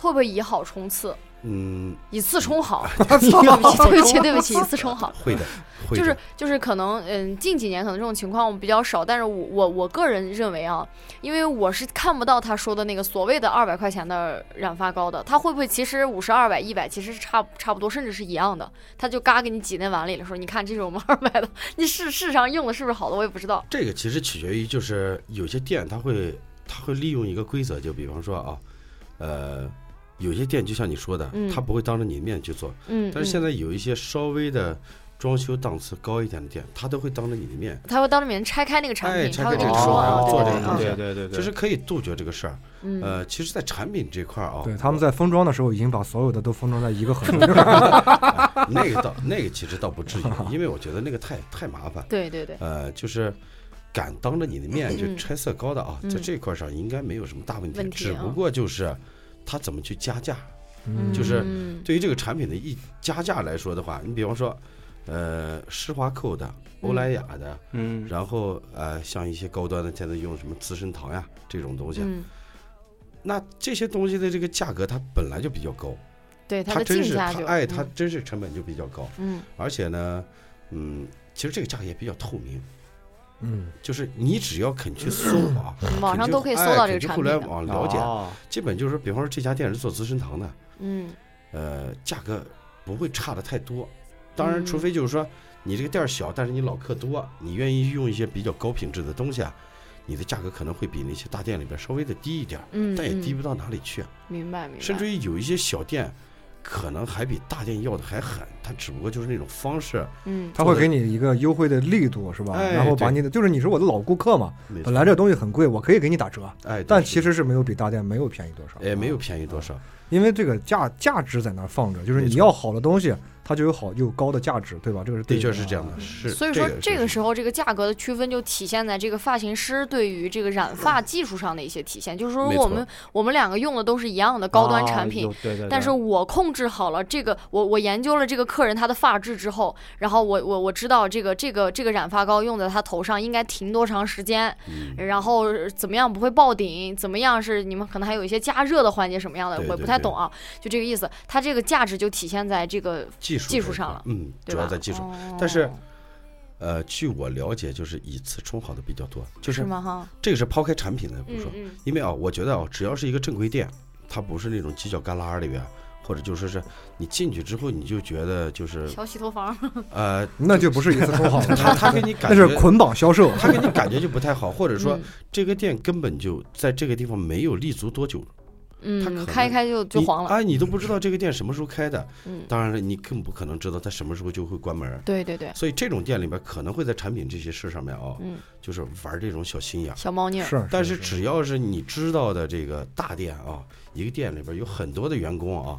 会不会以好冲次？以次充好。对不起，以次充好。 会的。 就是可能近几年可能这种情况比较少，但是我个人认为啊，因为我是看不到他说的那个所谓的200块钱的染发膏的，他会不会其实50、200、100其实是差不多，甚至是一样的，他就嘎给你挤那碗里了，说你看这是我们200的，你事实上用的是不是好的我也不知道。 这个其实取决于就是有些店他会利用一个规则，就比方说啊，有些店就像你说的，他不会当着你的面去做，但是现在有一些稍微的装修档次高一点的店，他都会当着你的面， 他会当着你们拆开那个产品， 他会跟你说啊， 做这个东西， 对， 就是可以杜绝这个事儿。其实，在产品这块啊， 对，他们在封装的时候已经把所有的都封装在一个盒子里。 那个其实倒不至于，因为我觉得那个太麻烦。 对， 就是敢当着你的面就拆色膏的啊，在这块上应该没有什么大问题，只不过就是他怎么去加价。就是对于这个产品的一加价来说的话，你比方说施华蔻的、欧莱雅的，然后像一些高端的现在用什么资生堂呀这种东西，那这些东西的这个价格它本来就比较高， 对，它的进价就它真是成本就比较高，而且呢，其实这个价格也比较透明。就是你只要肯去搜啊， 网上都可以搜到这个产品的。 后来网了解，基本就是说，比方说这家店是做资生堂的，价格不会差的太多。当然，除非就是说你这个店小，但是你老客多，你愿意用一些比较高品质的东西啊，你的价格可能会比那些大店里边稍微的低一点，但也低不到哪里去。 明白。 甚至于有一些小店。可能还比大店要的还狠，他只不过就是那种方式， 他会给你一个优惠的力度，是吧？然后把你的，就是你是我的老顾客嘛，本来这东西很贵，我可以给你打折，但其实是没有比大店没有便宜多少， 没有便宜多少， 因为这个价值在那儿放着，就是你要好的东西，它就有好又高的价值，对吧？这个是的确是这样的，是。 所以说这个时候这个价格的区分就体现在这个发型师对于这个染发技术上的一些体现，就是说我们两个用的都是一样的高端产品， 对， 但是我控制好了这个，我研究了这个客人他的发质之后，然后我知道这个染发膏用在他头上应该停多长时间，然后怎么样不会爆顶，怎么样是你们可能还有一些加热的环节什么样的，我也不太懂啊，就这个意思，它这个价值就体现在这个技术上了， 主要在技术，但是据我了解，就是以次充好的比较多，就是这个是抛开产品的不说，因为我觉得只要是一个正规店，它不是那种犄角旮旯里边，或者就说是你进去之后你就觉得就是小洗头房， 那就不是一次充好， 他给你感觉那是捆绑销售， 他给你感觉就不太好，或者说这个店根本就在这个地方没有立足多久。 开就黄了， 你都不知道这个店什么时候开的，当然了，你更不可能知道它什么时候就会关门。 对， 所以这种店里边可能会在产品这些事上面就是玩这种小心眼、 小猫腻。 但是只要是你知道的这个大店一个店里边有很多的员工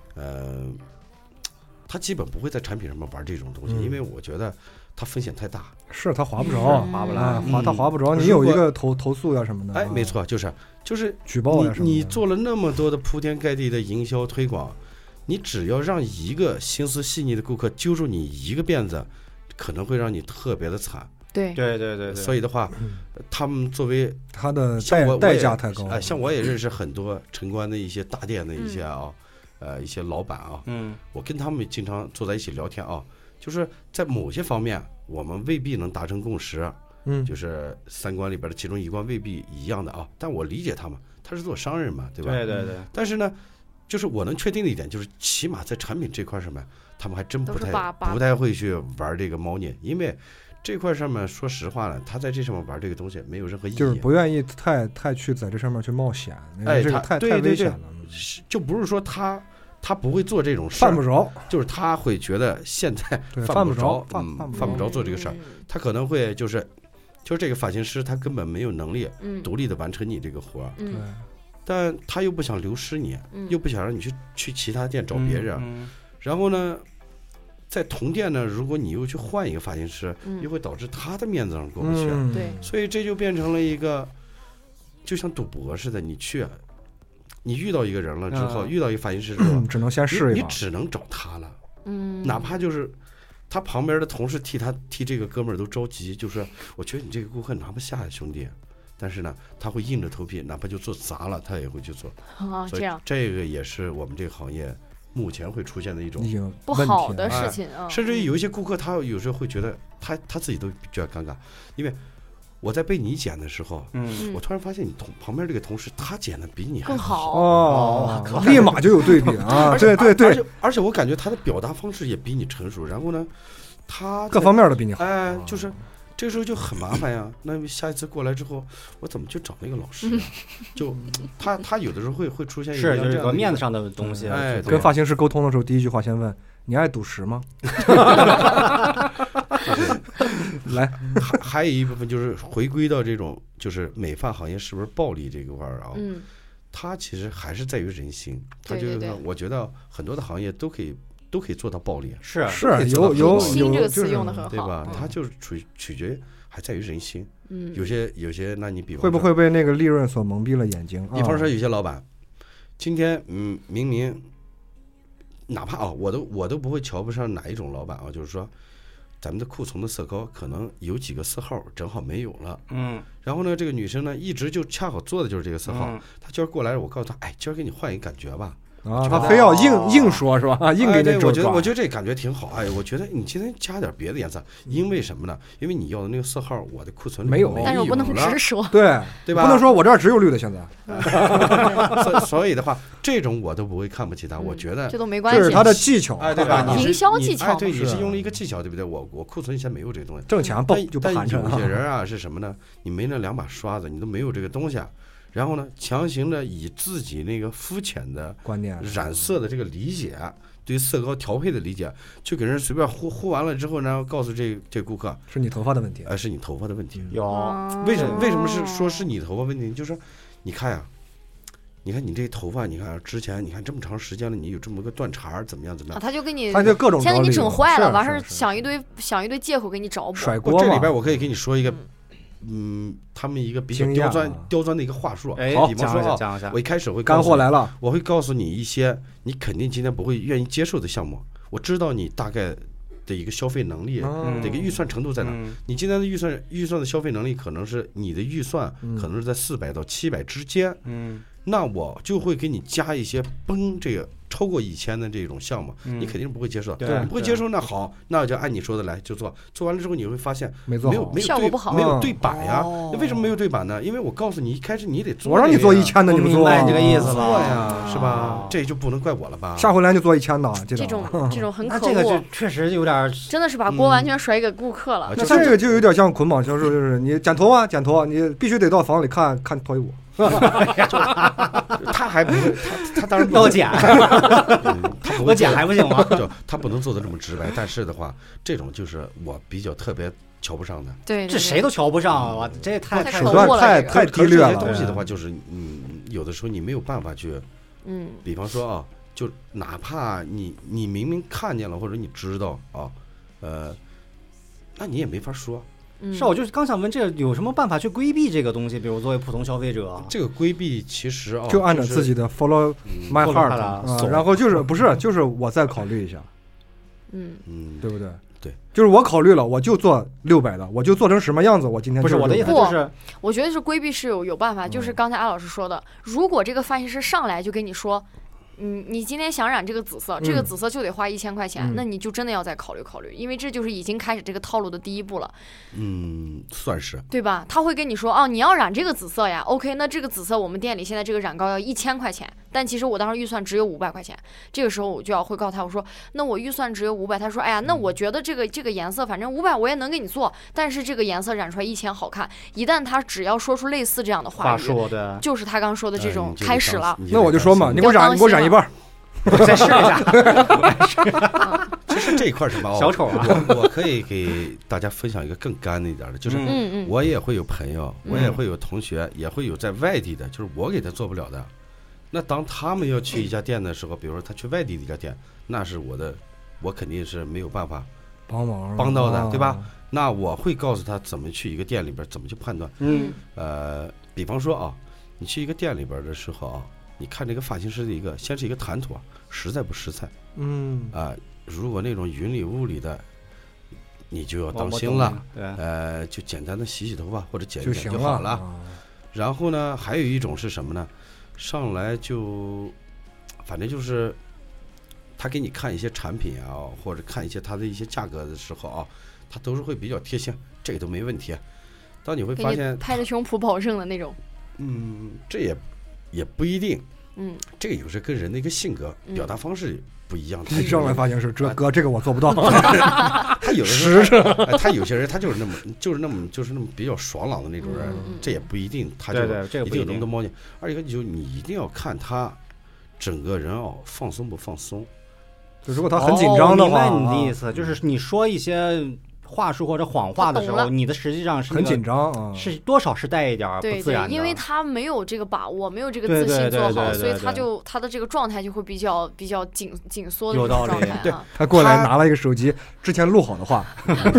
他基本不会在产品上面玩这种东西，因为我觉得它风险太大， 是他划不着，划不来，他划不着。你有一个投诉呀什么的， 没错，就是举报呀什么的。 你做了那么多的铺天盖地的营销推广，你只要让一个心思细腻的顾客揪住你一个辫子，可能会让你特别的惨。 对， 所以的话，他们作为他的代价太高， 像我也认识很多城关的一些大店的一些一些老板我跟他们经常坐在一起聊天就是在某些方面我们未必能达成共识，就是三观里边的其中一观未必一样的但我理解他们，他是做商人嘛，对吧？ 对。 但是呢，就是我能确定的一点就是，起码在产品这块上面，他们还真不太会去玩这个猫腻，因为这块上面说实话呢，他在这上面玩这个东西没有任何意义， 就是不愿意太去在这上面去冒险，这个太危险了。 就不是说他不会做这种事， 犯不着， 就是他会觉得现在犯不着做这个事儿，他可能会就是这个发型师他根本没有能力独立的完成你这个活儿，但他又不想流失你，又不想让你去其他店找别人，然后呢，在同店呢，如果你又去换一个发型师，又会导致他的面子上过不去， 对， 所以这就变成了一个就像赌博似的，你遇到一个人了之后，遇到一个发型师之后， 只能先试一把， 你只能找他了，哪怕就是他旁边的同事替这个哥们儿都着急，就是我觉得你这个顾客拿不下呀，兄弟， 但是呢，他会硬着头皮，哪怕就做砸了，他也会去做。所以这个也是我们这个行业目前会出现的一种不好的事情啊。 甚至于有一些顾客，他有时候会觉得他自己都觉得尴尬，因为我在被你剪的时候，我突然发现你旁边这个同事他剪的比你还更好哦，立马就有对比啊！对对对， 而且我感觉他的表达方式也比你成熟，然后呢，他各方面都比你好。 就是这个时候就很麻烦呀。那下一次过来之后，我怎么去找那个老师？就他有的时候会出现是就是个面子上的东西。 跟发型师沟通的时候，第一句话先问你爱赌石吗？来， 还有一部分就是回归到这种就是美发行业是不是暴利这个块儿啊？它其实还是在于人心。它就是我觉得很多的行业都可以做到暴利。 是有心这个词用的很好， 对吧？它就是取决还在于人心。有些那你比方会不会被那个利润所蒙蔽了眼睛？ 比方说有些老板，今天明明哪怕我都不会瞧不上哪一种老板啊，就是说。咱们的库存的色膏可能有几个色号正好没有了，然后呢，这个女生呢一直就恰好做的就是这个色号，她今儿过来，我告诉她，哎，今儿给你换一个感觉吧。 他非要硬说是吧？硬给你我觉得这感觉挺好。哎，我觉得你今天加点别的颜色，因为什么呢？因为你要的那个色号，我的库存里没有， 但是我不能直说， 对吧？ 不能说我这儿只有绿的现在。所以的话，这种我都不会看不起他。我觉得这都没关系， 这是他的技巧， 对吧？ 营销技巧， 对，你是用了一个技巧，对不对？我库存以前没有这个东西， 挣钱就不寒碜。 但有些人啊是什么呢？你没那两把刷子，你都没有这个东西啊。然后呢，强行的以自己那个肤浅的观念、 染色的这个理解，对色膏调配的理解，就给人随便呼完了之后，然后告诉这顾客是你头发的问题， 是你头发的问题。 为什么是你头发问题？就是你看呀，你看你这头发，你看之前你看这么长时间了，你有这么个断茬，怎么样？ 他就给你， 他就各种先给你整坏了，完事想一堆借口给你找补。 甩锅这里边我可以给你说一个。他们一个比较刁钻的一个话术。 好， 比方说讲一下， 我一开始会干货来了， 我会告诉你一些你肯定今天不会愿意接受的项目。我知道你大概的一个消费能力，这个预算程度在哪？你今天的预算的消费能力可能是你的预算可能是在400到700之间。那我就会给你加一些这个超过1000的这种项目，你肯定不会接受。你不会接受，那好，那我就按你说的来就做。做完了之后，你会发现没有效果不好， 没有对版呀。那为什么没有对版呢？因为我告诉你，一开始你得做， 我让你做1000的，你不做， 这个意思做呀，是吧？这就不能怪我了吧？ 下回来就做1000的， 这种很可恶。 这个就确实有点， 真的是把锅完全甩给顾客了。 那这个就有点像捆绑销售，就是你剪头啊，剪头，你必须得到房子里看脱衣舞。 他还不会，他当然要剪，我剪还不行吗？ 就他不能做的这么直白，但是的话，这种就是我比较特别瞧不上的。 对， 这谁都瞧不上，我这太手段太低劣了。 这些东西的话，就是有的时候你没有办法去，比方说啊，就哪怕你明明看见了，或者你知道啊，那你也没法说。 是，我就是刚想问，这个有什么办法去规避这个东西？比如作为普通消费者， 这个规避其实就按照自己的 follow my heart，然后就是我再考虑一下，对不对？ 对， 就是我考虑了，我就做600的，我就做成什么样子，我今天不是我的意思，就是我觉得是规避是有办法，就是刚才阿老师说的，如果这个发型师上来就跟你说。你今天想染这个紫色，这个紫色就得花1000块钱，那你就真的要再考虑考虑，因为这就是已经开始这个套路的第一步了。 算是对吧？他会跟你说，你要染这个紫色呀 ，OK， 那这个紫色我们店里现在这个染膏要1000块钱，但其实我当时预算只有500块钱，这个时候我就要会告诉他，我说那我预算只有500，他说哎呀，那我觉得这个颜色反正500我也能给你做，但是这个颜色染出来1000好看。一旦他只要说出类似这样的话语，就是他刚说的这种开始了。 那我就说嘛，你给我染一半。 再试一下。 其实这一块什么小丑啊， 我可以给大家分享一个更干的一点的，就是我也会有朋友，我也会有同学，也会有在外地的，就是我给他做不了的。那当他们要去一家店的时候，比如说他去外地的一家店，那是我肯定是没有办法帮到的，对吧？那我会告诉他怎么去一个店里边，怎么去判断。比方说啊，你去一个店里边的时候啊。你看这个发型师的先是一个谈吐啊，实在不实在。如果那种云里雾里的，你就要当心了。就简单的洗头发或者剪就好了。 然后呢，还有一种是什么呢？上来就，反正就是他给你看一些产品啊，或者看一些他的一些价格的时候啊，他都是会比较贴心，这个都没问题。当你会发现拍着胸脯保证的那种， 这也不一定，这个有时跟人的一个性格、表达方式不一样。 一上来发现是哥，这个我做不到。 他有的时候，他有些人他就是那么比较爽朗的那种人，这也不一定，他就一定有那么多猫腻。而且就你一定要看他整个人放松不放松。 就如果他很紧张的话， 明白你的意思，就是你说一些话术或者谎话的时候，你的实际上是很紧张， 是多少是带一点不自然的， 对，因为他没有这个把握，没有这个自信做好，所以他的这个状态就会比较紧缩的这种状态。 对，他过来拿了一个手机，之前录好的话，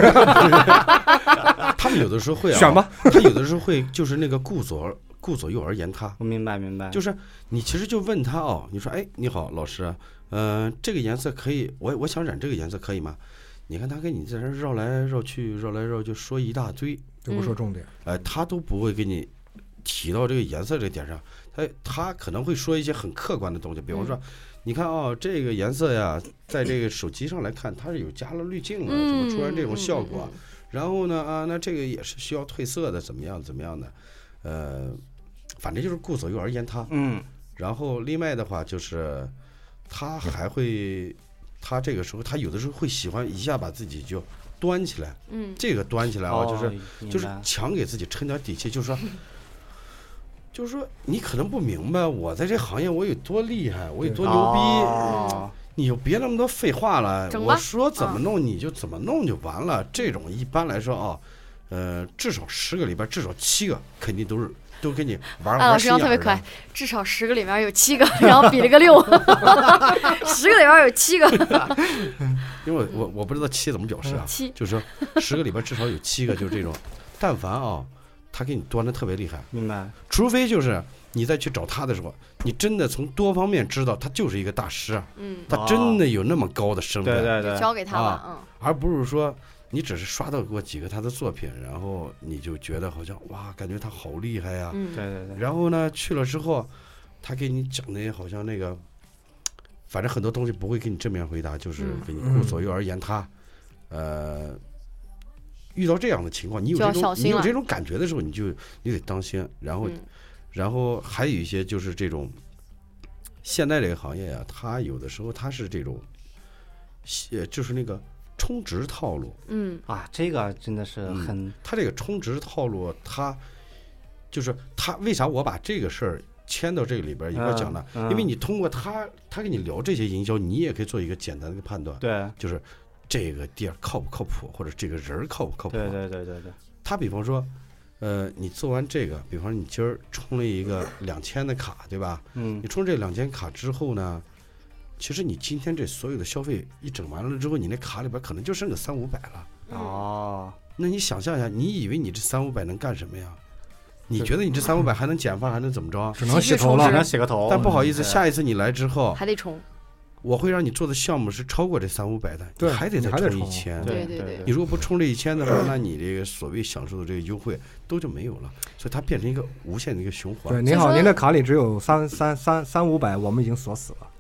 他们有的时候会选吧， 他有的时候会就是那个顾左右而言他。 我明白， 就是你其实就问他你说你好，老师，这个颜色可以，我想染这个颜色可以吗？你看他跟你在这绕来绕去说一大堆， 就不说重点， 他都不会给你提到这个颜色这个点上，他可能会说一些很客观的东西，比方说，你看这个颜色呀，在这个手机上来看，它是有加了滤镜了，怎么出现这种效果？然后呢那这个也是需要褪色的，怎么样的，反正就是顾左右而言他，然后另外的话就是他还会。他这个时候，他有的时候会喜欢一下把自己就端起来，这个端起来就是强给自己撑点底气，就是说你可能不明白我在这行业我有多厉害，我有多牛逼，你就别那么多废话了，我说怎么弄你就怎么弄就完了。这种一般来说至少10个里边至少7个肯定都跟你玩老师特别可爱，至少10个里面有7个，然后比了个6，10个里面有7个。 因为我不知道7怎么表示啊，7就是说10个里边至少有7个就是这种，但凡他给你端的特别厉害， 明白？ 除非就是你再去找他的时候，你真的从多方面知道他就是一个大师啊，他真的有那么高的身份， 对， 交给他了， 而不是说。你只是刷到过几个他的作品，然后你就觉得好像哇，感觉他好厉害呀。 对。 然后呢，去了之后，他给你讲的好像那个，反正很多东西不会给你正面回答，就是给你顾左右而言他。遇到这样的情况，你有这种感觉的时候，你得当心。然后还有一些就是这种，现在这个行业啊，它有的时候它是这种，就是那个。充值套路， 这个真的是很， 他这个充值套路，他就是他为啥我把这个事儿牵到这个里边一块讲呢？因为你通过他跟你聊这些营销，你也可以做一个简单的一个判断， 对， 就是这个店靠不靠谱，或者这个人靠不靠谱。 对。 他比方说，你做完这个，比方说你今儿充了一个2000的卡，对吧？你充这2000卡之后呢？其实你今天这所有的消费一整完了之后，你那卡里边可能就剩个300-500了。那你想象一下，你以为你这300-500能干什么呀？你觉得你这300-500还能减发，还能怎么着？ 只能洗头了， 只能洗个头。 但不好意思，下一次你来之后还得充。 我会让你做的项目是超过这300-500的，你还得再充1000。 对。 你如果不充这1000的话，那你这个所谓享受的这个优惠都就没有了，所以它变成一个无限的一个循环。 对，您好，您的卡里只有300-500，我们已经锁死了。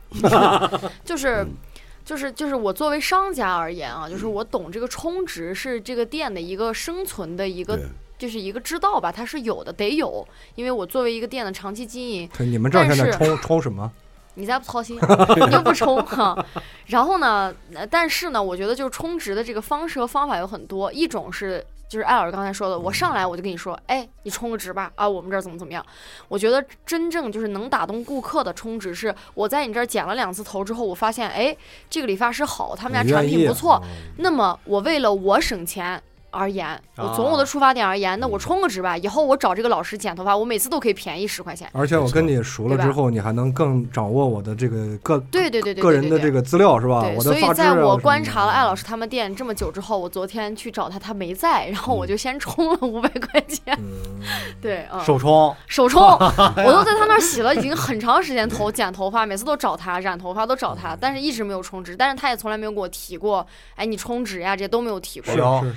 就是我作为商家而言啊，就是我懂这个充值是这个店的一个生存的一个，就是一个之道吧，它是有的，得有，因为我作为一个店的长期经营。 你们这儿现在充什么？ 你再不操心，你又不充哈。然后呢，但是呢，我觉得就是充值的这个方式和方法有很多，一种是。就是艾老师刚才说的，我上来我就跟你说，你充个值吧，我们这儿怎么样？我觉得真正就是能打动顾客的充值，是我在你这儿剪了2次头之后，我发现，这个理发师好，他们家产品不错，那么我为了我省钱而言，我从我的出发点而言，那我充个值吧，以后我找这个老师剪头发，我每次都可以便宜10块钱。 而且我跟你熟了之后，你还能更掌握我的这个对个人的这个资料是吧？ 对，所以在我观察了艾老师他们店这么久之后，我昨天去找他，他没在，然后我就先充了500块钱。对， 手充， 我都在他那儿洗了已经很长时间头，剪头发，每次都找他，染头发都找他，但是一直没有充值，但是他也从来没有给我提过，你充值呀，这些都没有提过。是我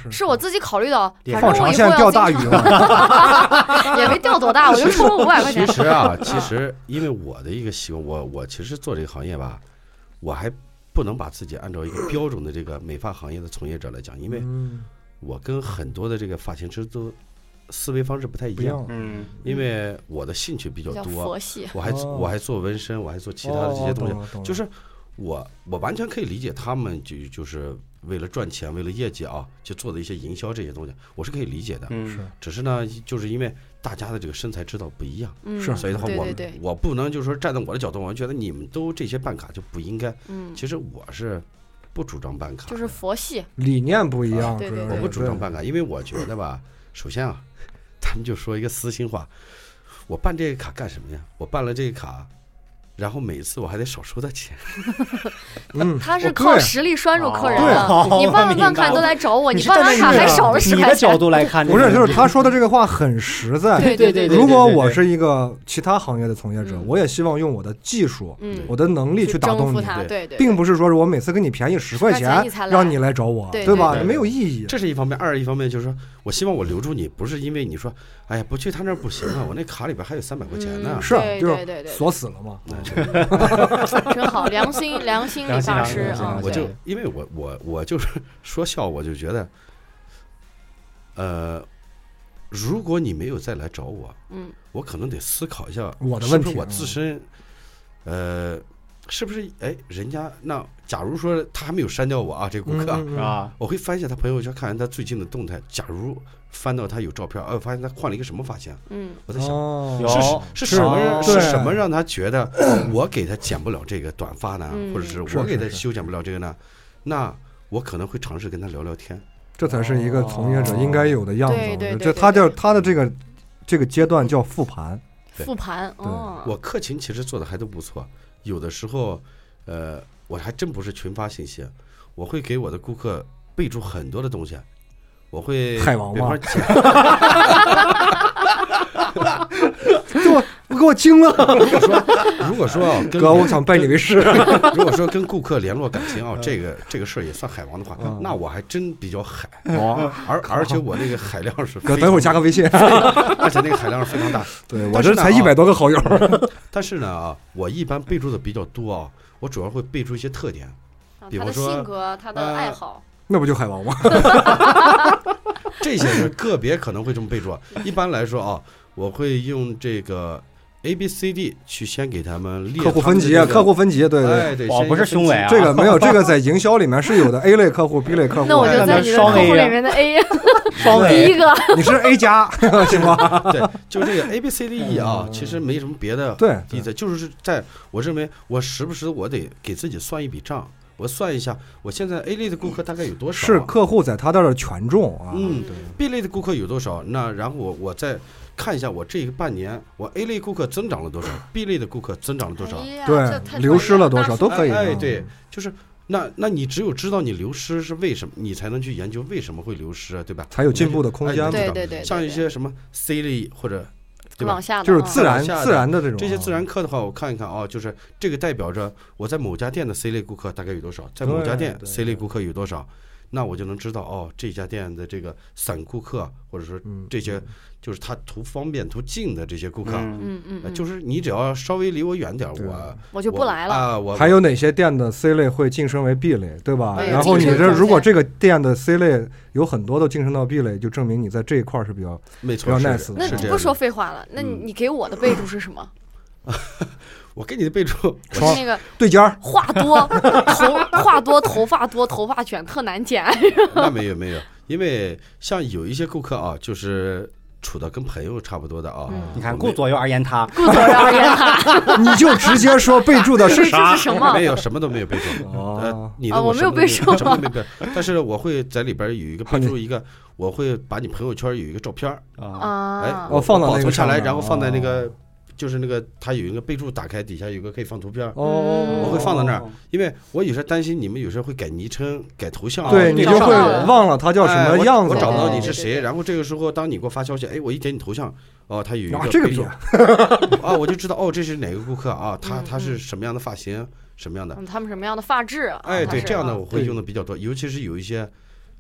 自己考虑到，反正放长线钓大鱼嘛，也没钓多大，我就充了500块钱。 其实因为我的一个习惯，我其实做这个行业吧，我还不能把自己按照一个标准的这个美发行业的从业者来讲，因为我跟很多的这个发型师都思维方式不太一样，因为我的兴趣比较多， 佛系， 我还做纹身，我还做其他的这些东西，就是我完全可以理解他们就是为了赚钱，为了业绩啊，去做的一些营销这些东西，我是可以理解的。 是， 只是呢，就是因为大家的这个身材知道不一样， 是， 所以的话，我不能就是说站在我的角度，我觉得你们都这些办卡就不应该。其实我是不主张办卡， 就是佛系理念不一样， 我不主张办卡，因为我觉得吧，首先啊，咱们就说一个私心话，我办这个卡干什么呀？我办了这个卡。然后每次我还得少收他钱， 他是靠实力拴住客人的。你办不办卡都来找我，你办完卡还少了10块钱。 你的角度来看， 不是，就是他说的这个话很实在。 对。 如果我是一个其他行业的从业者，我也希望用我的技术、我的能力去打动你，并不是说是我每次给你便宜10块钱让你来找我，对吧？没有意义。 这是一方面，一方面就是说我希望我留住你，不是因为你说，哎呀，不去他那儿不行啊，我那卡里边还有300块钱呢。 是，就是锁死了嘛。 真好，良心理发师啊！ 我就因为我就是说笑，我就觉得，如果你没有再来找我，我可能得思考一下我的问题， 是不是我自身，是不是人家那假如说他还没有删掉我啊，这个顾客啊，我会翻一下他朋友圈，看看他最近的动态。假如翻到他有照片，发现他换了一个什么发型，我在想，是什么让他觉得我给他剪不了这个短发呢，或者是我给他修剪不了这个呢？那我可能会尝试跟他聊聊天， 这才是一个从业者应该有的样子。这他的这个阶段叫复盘。 我客情其实做的还都不错，有的时候，我还真不是群发信息，我会给我的顾客备注很多的东西。我会海王吗？我给我惊了。 如果说哥，我想拜你为师。 如果说跟顾客联络感情啊，这个事儿也算海王的话，那我还真比较海。而且我那个海量是哥，等会儿加个微信。 而且那个海量是非常大。 对，我这才100多个好友。 但是呢我一般备注的比较多啊，我主要会备注一些特点，比方说他的性格、他的爱好。 那不就海王吗？ 这些是个别可能会这么备注，一般来说啊，我会用这个 ABCD 去先给他们列客户分级，对， 不是胸围啊， 这个没有，这个在营销里面是有的 A 类客户 B 类客户。 那我就在你的客户里面的 A 双 A 第一个， 你是 A 加行吗？ 对，就这个 ABCD 啊，其实没什么别的意思，就是在我认为我时不时我得给自己算一笔账。我算一下，我现在 A 类的顾客大概有多少？ 是客户在他那儿权重啊。 B 类的顾客有多少？那然后我再看一下我这一个半年，我 A 类顾客增长了多少 ，B 类的顾客增长了多少？ 对，流失了多少都可以。 对，就是那你只有知道你流失是为什么，你才能去研究为什么会流失，对吧？ 才有进步的空间。 对， 像一些什么 C 类或者。对吧？ 就是自然的这种这些自然科的话，我看一看啊，就是这个代表着我在某家店的 C 类顾客大概有多少，在某家店 C 类顾客有多少，那我就能知道哦，这家店的这个散顾客或者说这些就是他图方便图近的这些顾客，就是你只要稍微离我远点， 我就不来了啊。我还有哪些店的 C 类会晋升为 B 类，对吧？然后你这如果这个店的 C 类有很多都晋升到 B 类，就证明你在这一块是比较没错， 比较 nice 的。 那你不说废话了，那你给我的备注是什么？ 我给你的备注是那个对尖儿， 话多，头发多，头发卷特难剪。 那没有，因为像有一些顾客啊，就是处的跟朋友差不多的啊。 你看，顾左右而言他， 你就直接说备注的是啥？ 什么？ 没有，什么都没有备注。你的我没有备注， 什么没备。但是我会在里边有一个备注一个，我会把你朋友圈有一个照片我放到保存下来，然后放在那个。就是那个，它有一个备注，打开底下有个可以放图片，我会放到那儿，因为我有时候担心你们有时候会改昵称、改头像， 对你就会忘了他叫什么样子， 我找不到你是谁。然后这个时候，当你给我发消息，我一点你头像，他有一个这个备注，我就知道这是哪个顾客啊，他是什么样的发型，什么样的， 他们什么样的发质， 对，这样的我会用的比较多，尤其是有一些。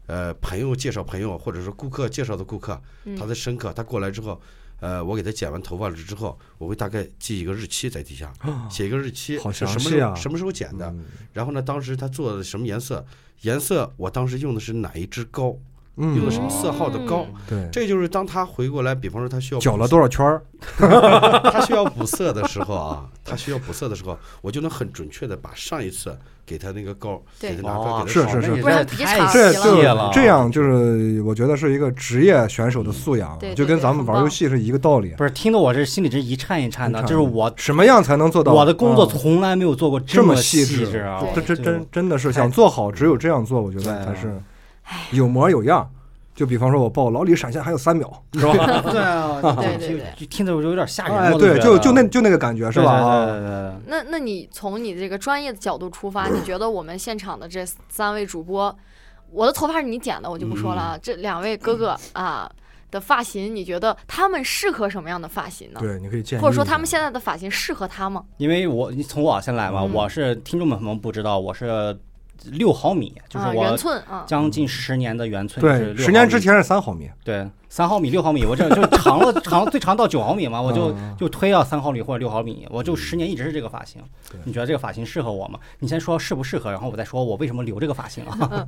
朋友介绍朋友，或者是顾客介绍的顾客，他的深刻，他过来之后，我给他剪完头发了之后，我会大概记一个日期在底下，写一个日期， 好详细啊，什么时候剪的，然后呢，当时他做的什么颜色，我当时用的是哪一支膏。用的什么色号的膏？ 对， 这就是当他回过来，比方说他需要搅了多少圈儿， 他需要补色的时候啊，我就能很准确的把上一次给他那个膏给他拿出来， 是，这样就是我觉得是一个职业选手的素养，就跟咱们玩游戏是一个道理。 不是，听得我这心里是一颤一颤的，就是我什么样才能做到？ 我的工作从来没有做过这么细致啊！ 这真的是想做好，只有这样做，我觉得才是。有模有样，就比方说我报老李闪现还有3秒，是吧？ 对啊，就听着我就有点吓人。 哎，对，就那个感觉是吧？ 那你从你这个专业的角度出发，你觉得我们现场的这3位主播，我的头发是你剪的，我就不说了。这2位哥哥啊的发型，你觉得他们适合什么样的发型呢？ 对，你可以建议， 或者说他们现在的发型适合他吗？ 因为你从我先来嘛，我是听众们可能不知道，我是6毫米，就是我圆寸将近10年的圆寸。 对，10年之前是3毫米。 对，3毫米、6毫米，我这就最长到9毫米嘛，我就推到3毫米或者6毫米，我就10年一直是这个发型。你觉得这个发型适合我吗？你先说适不适合，然后我再说我为什么留这个发型啊？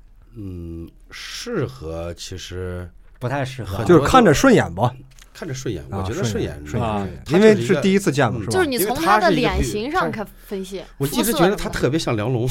适合其实不太适合， 就是看着顺眼吧。 看着顺眼，我觉得顺眼， 因为是第一次见嘛，是吧？ 就是你从他的脸型上看分析。 我一直觉得他特别像梁龙。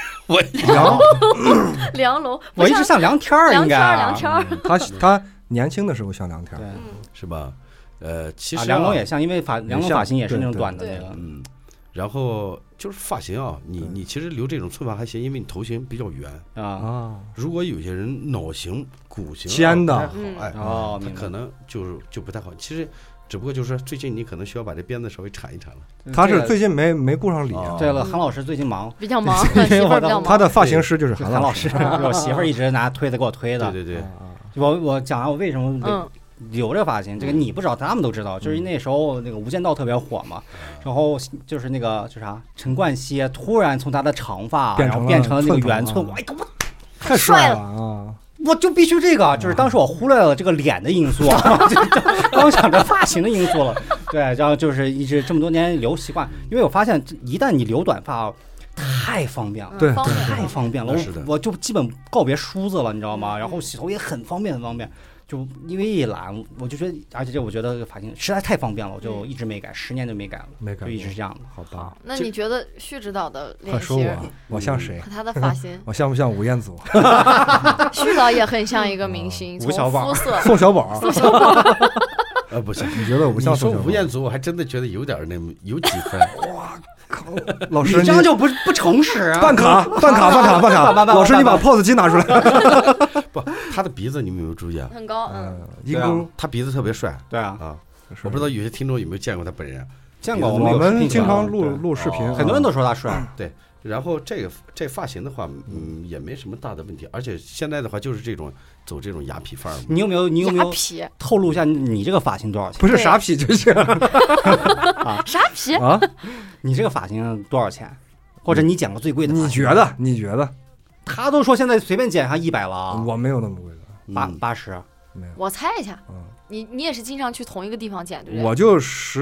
梁龙， 我一直像梁天儿，应该梁天儿。 他年轻的时候像梁天儿， 是吧？其实梁龙也像，因为梁龙发型也是那种短的那个。 然后就是发型啊，你其实留这种寸发还行，因为你头型比较圆啊。 如果有些人脑型、骨型尖的， 他可能就不太好。其实只不过就是最近你可能需要把这辫子稍微铲一铲了。 他是最近没顾上理。 对了，韩老师最近忙， 比较忙，媳妇儿比较忙。 他的发型师就是韩老师，我媳妇儿一直拿推子给我推的。 对。 我讲完我为什么留着发型，这个你不知道，他们都知道。就是那时候那个《无间道》特别火嘛，然后就是那个就是啥，陈冠希突然从他的长发然后变成了那个圆寸，哎， 太帅了啊！ 我就必须这个，就是当时我忽略了这个脸的因素啊，光想着发型的因素了。对，然后就是一直这么多年留习惯，因为我发现一旦你留短发，太方便了， 对， 太方便了。我就基本告别梳子了，你知道吗？然后洗头也很方便，很方便。就因为一懒，我就觉得，而且我觉得这个发型实在太方便了，我就一直没改，10年都没改了，就一直是这样的。 好吧。 那你觉得旭指导的脸型，我像谁？ 他的发型， 我像不像吴彦祖？ 旭导也很像一个明星， 吴小宝、 宋小宝。 不行， 你觉得我不像宋小宝？ 吴彦祖，我还真的觉得有点有几分。 哇靠！老师， 你这样就不诚实啊！ 办卡！老师，你把 POS 机拿出来。 不，他的鼻子你们有没有注意啊？ 很高， 鹰钩， 他鼻子特别帅。 对啊， 我不知道有些听众有没有见过他本人。 见过， 我们经常录视频， 很多人都说他帅。 对，然后这发型的话，也没什么大的问题，而且现在的话就是走这种雅痞范儿。 你有没有透露一下你这个发型多少钱？ 不是傻痞就是傻痞啊！ 你这个发型多少钱？或者你剪过最贵的？ 你觉得？ 他都说现在随便剪上100了啊！ 我没有那么贵的 ，80。 没有。 我猜一下，你也是经常去同一个地方剪，对不对？ 我就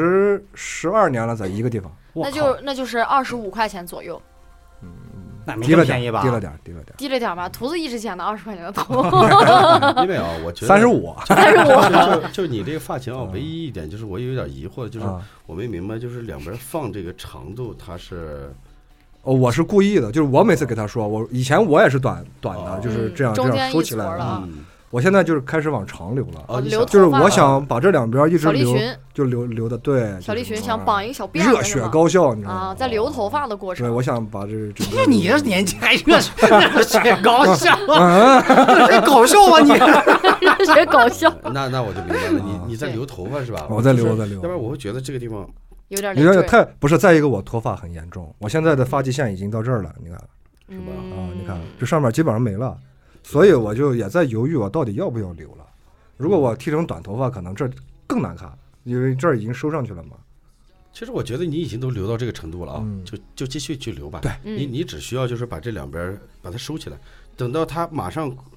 12年了，在一个地方。 那就是25块钱左右。 那没这么便宜吧？ 低了点吧。图子一直剪的20块钱的头。 因为我觉得 35。 就你这个发型啊，唯一一点就是我有点疑惑，就是我没明白，就是两边放这个长度，它是。 我是故意的，就是我每次给他说，我以前我也是短的，就是这样收起来了。 我现在就是开始往长留了， 留就是我想把这两边一直留，就留的对。 小栗旬想绑一个小辫子， 热血高校，你知道吗？ 在留头发的过程。 对，我想把这。 你这年纪还热血高校？这搞笑吗你？ 热血搞笑。 那我就明白了，你在留头发是吧？ 我在留， 要不然我会觉得这个地方。 有点太不是，再一个我脱发很严重，我现在的发际线已经到这儿了，你看是吧？ 你看这上面基本上没了，所以我就也在犹豫我到底要不要留了。如果我剃成短头发，可能这更难看，因为这儿已经收上去了嘛。 其实我觉得你已经都留到这个程度了啊，就继续去留吧。 对， 你只需要就是把这两边把它收起来，等到它马上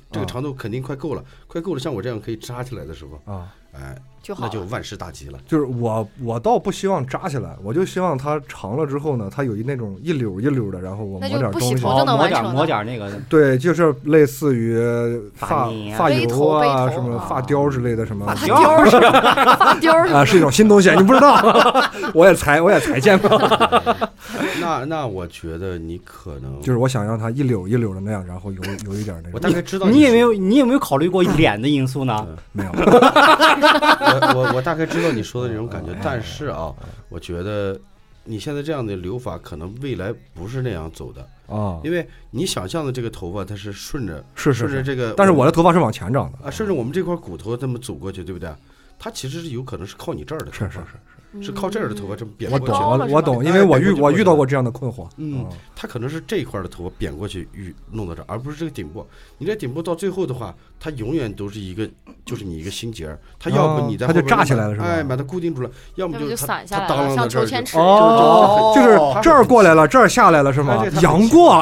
这个长度肯定快够了，像我这样可以扎起来的时候啊，哎，那就万事大吉了。 就是我倒不希望扎起来，我就希望它长了之后呢，它有那种一绺一绺的，然后我磨点东西， 磨点那个， 对，就是类似于发油啊，什么发雕之类的，什么发雕啊，是一种新东西，你不知道，我也才见过。 那我觉得你可能就是我想让它一绺一绺的那样，然后有一点那个。 我大概知道你有没有考虑过脸的因素呢？ 没有。 我大概知道你说的那种感觉，但是啊，我觉得你现在这样的留法可能未来不是那样走的啊，因为你想象的这个头发它是顺着这个， 但是我的头发是往前长的啊，顺着我们这块骨头这么走过去，对不对？它其实是有可能是靠你这儿的头发，是靠这儿的头发这么扁过去。 我懂，因为我遇到过这样的困惑。 它可能是这一块的头发扁过去弄到这儿，而不是这个顶部。你这顶部到最后的话，它永远都是就是你一个心结，它要不你在它就炸起来了，是吧？ 哎，把它固定住了，要么就散下来了， 像秋千尺。 就是这儿过来了，这儿下来了，是吗？杨过。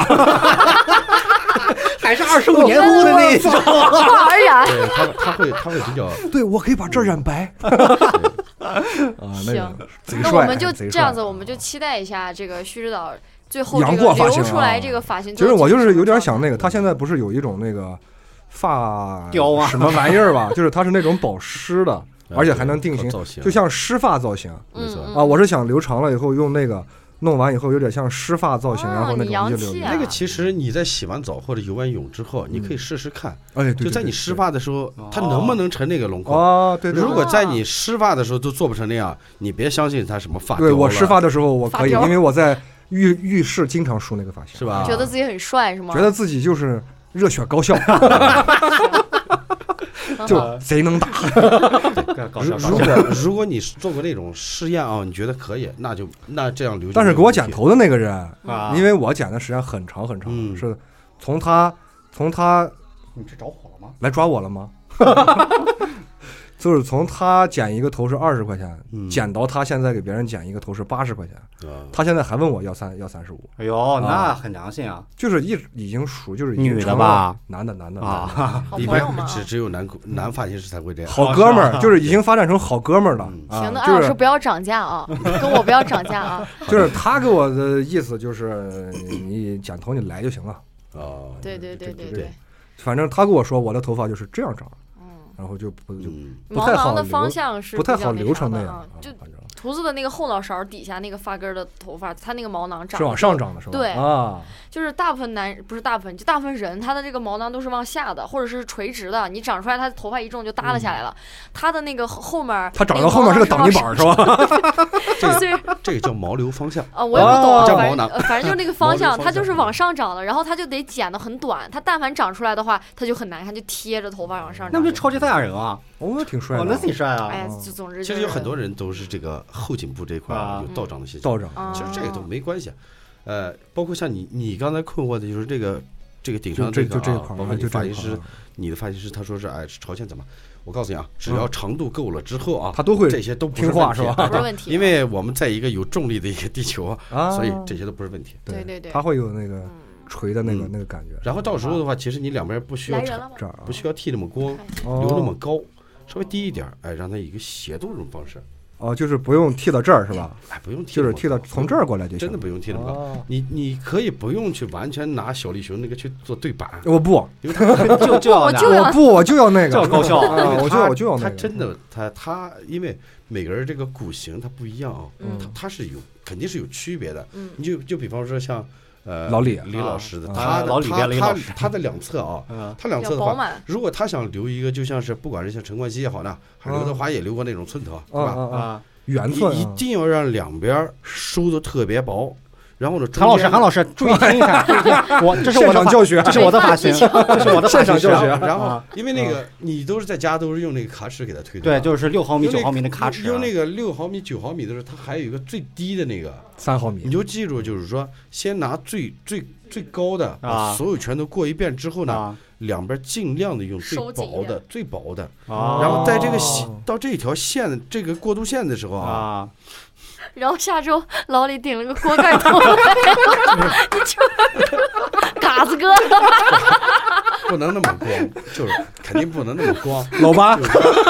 还是25年后的那种， 化而染。 对，他会比较。 对，我可以把这儿染白。 行，那我们就这样子，我们就期待一下这个旭日岛最后这个留出来这个发型。 其实我就是有点想那个，他现在不是有一种那个发雕啊什么玩意儿吧？就是它是那种保湿的，而且还能定型，就像湿发造型。啊，我是想留长了以后用那个。弄完以后有点像湿发造型，然后那种一绺。 那个其实你在洗完澡或者游完泳之后，你可以试试看。 哎， 就在你湿发的时候，它能不能成那个轮廓？ 哦，对。 如果在你湿发的时候都做不成那样，你别相信它什么发雕了。 对，我湿发的时候我可以，因为我在浴室经常梳那个发型， 是吧？ 觉得自己很帅是吗？ 觉得自己就是热血高校。就贼能打。 如果你做过那种试验啊，你觉得可以，那这样留。 但是给我剪头的那个人，因为我剪的时间很长很长，是从他， 你是着火了吗？ 来抓我了吗？就是从他剪一个头是20块钱，剪到他现在给别人剪一个头是80块钱，他现在还问我要35。 哎呦，那很良心啊！ 就是已经属就是女的吧， 男的啊，一般只有男发型师才会这样。 好哥们儿，就是已经发展成好哥们儿了。 行，那二老师不要涨价啊，跟我不要涨价啊。 就是他给我的意思就是你剪头你来就行了。 哦， 对， 反正他跟我说我的头发就是这样长。然后就不太好的方向是不太好留成那样， 就图子的那个后脑勺底下那个发根的头发，它那个毛囊长是往上长的，是吧？ 对啊， 就是大部分不是大部分，就大部分人他的这个毛囊都是往下的，或者是垂直的，你长出来，他头发一重就耷拉下来了。他的那个后面， 他长到后面是个挡泥板，是吧？ 这个叫毛流方向啊，我也不懂， 叫毛囊， 反正就是那个方向，它就是往上长的，然后它就得剪得很短，它但凡长出来的话，它就很难看，就贴着头发往上长。 那不就超级赛亚人啊？ 哦，挺帅的， 那挺帅啊！ 哎，就总之其实有很多人都是这个后颈部这块有倒长的现象， 倒长， 其实这个都没关系。包括像你刚才困惑的就是这个顶上这个， 就这一块， 包括你发型师，你的发型师他说是朝前怎么？我告诉你啊，只要长度够了之后啊， 他都会这些都不听话，是吧？ 不是问题， 因为我们在一个有重力的一个地球啊，所以这些都不是问题。 对， 他会有那个垂的那个感觉。 然后到时候的话，其实你两边不需要不需要剃那么光，留那么高。稍微低一点，哎，让它以一个斜度这种方式。 哦，就是不用剃到这儿是吧？ 哎，不用剃， 就是剃到从这儿过来就行。 真的不用剃那么高，你可以不用去完全拿小栗熊那个去做对版。 我不， 因为他我就要那个， 叫高效。 我就要那个。 他真的，他因为每个人这个骨型它不一样啊，他是肯定是有区别的。你就比方说像。 老李老师的，他的两侧啊，他两侧的话，如果他想留一个，就像是不管是像陈冠希也好呢，还刘德华也留过那种寸头，是吧？ 圆寸， 一定要让两边梳的特别薄。然后呢， 韩老师，注意听一下，这是我的教学， 这是我的发型，这是我的现场教学。 然后，因为那个你都是在家都是用那个卡尺给它推的， 对，就是6毫米、9毫米的卡尺。 用那个6毫米、9毫米的时候，它还有一个最低的那个 3毫米。 你就记住，就是说，先拿最高的，把所有全都过一遍之后呢，两边尽量的用最薄的，然后在这个到这条线这个过渡线的时候啊。 然后下周老李顶了个锅盖头来，你就嘎子哥， 不能那么光，就是肯定不能那么光。 老八。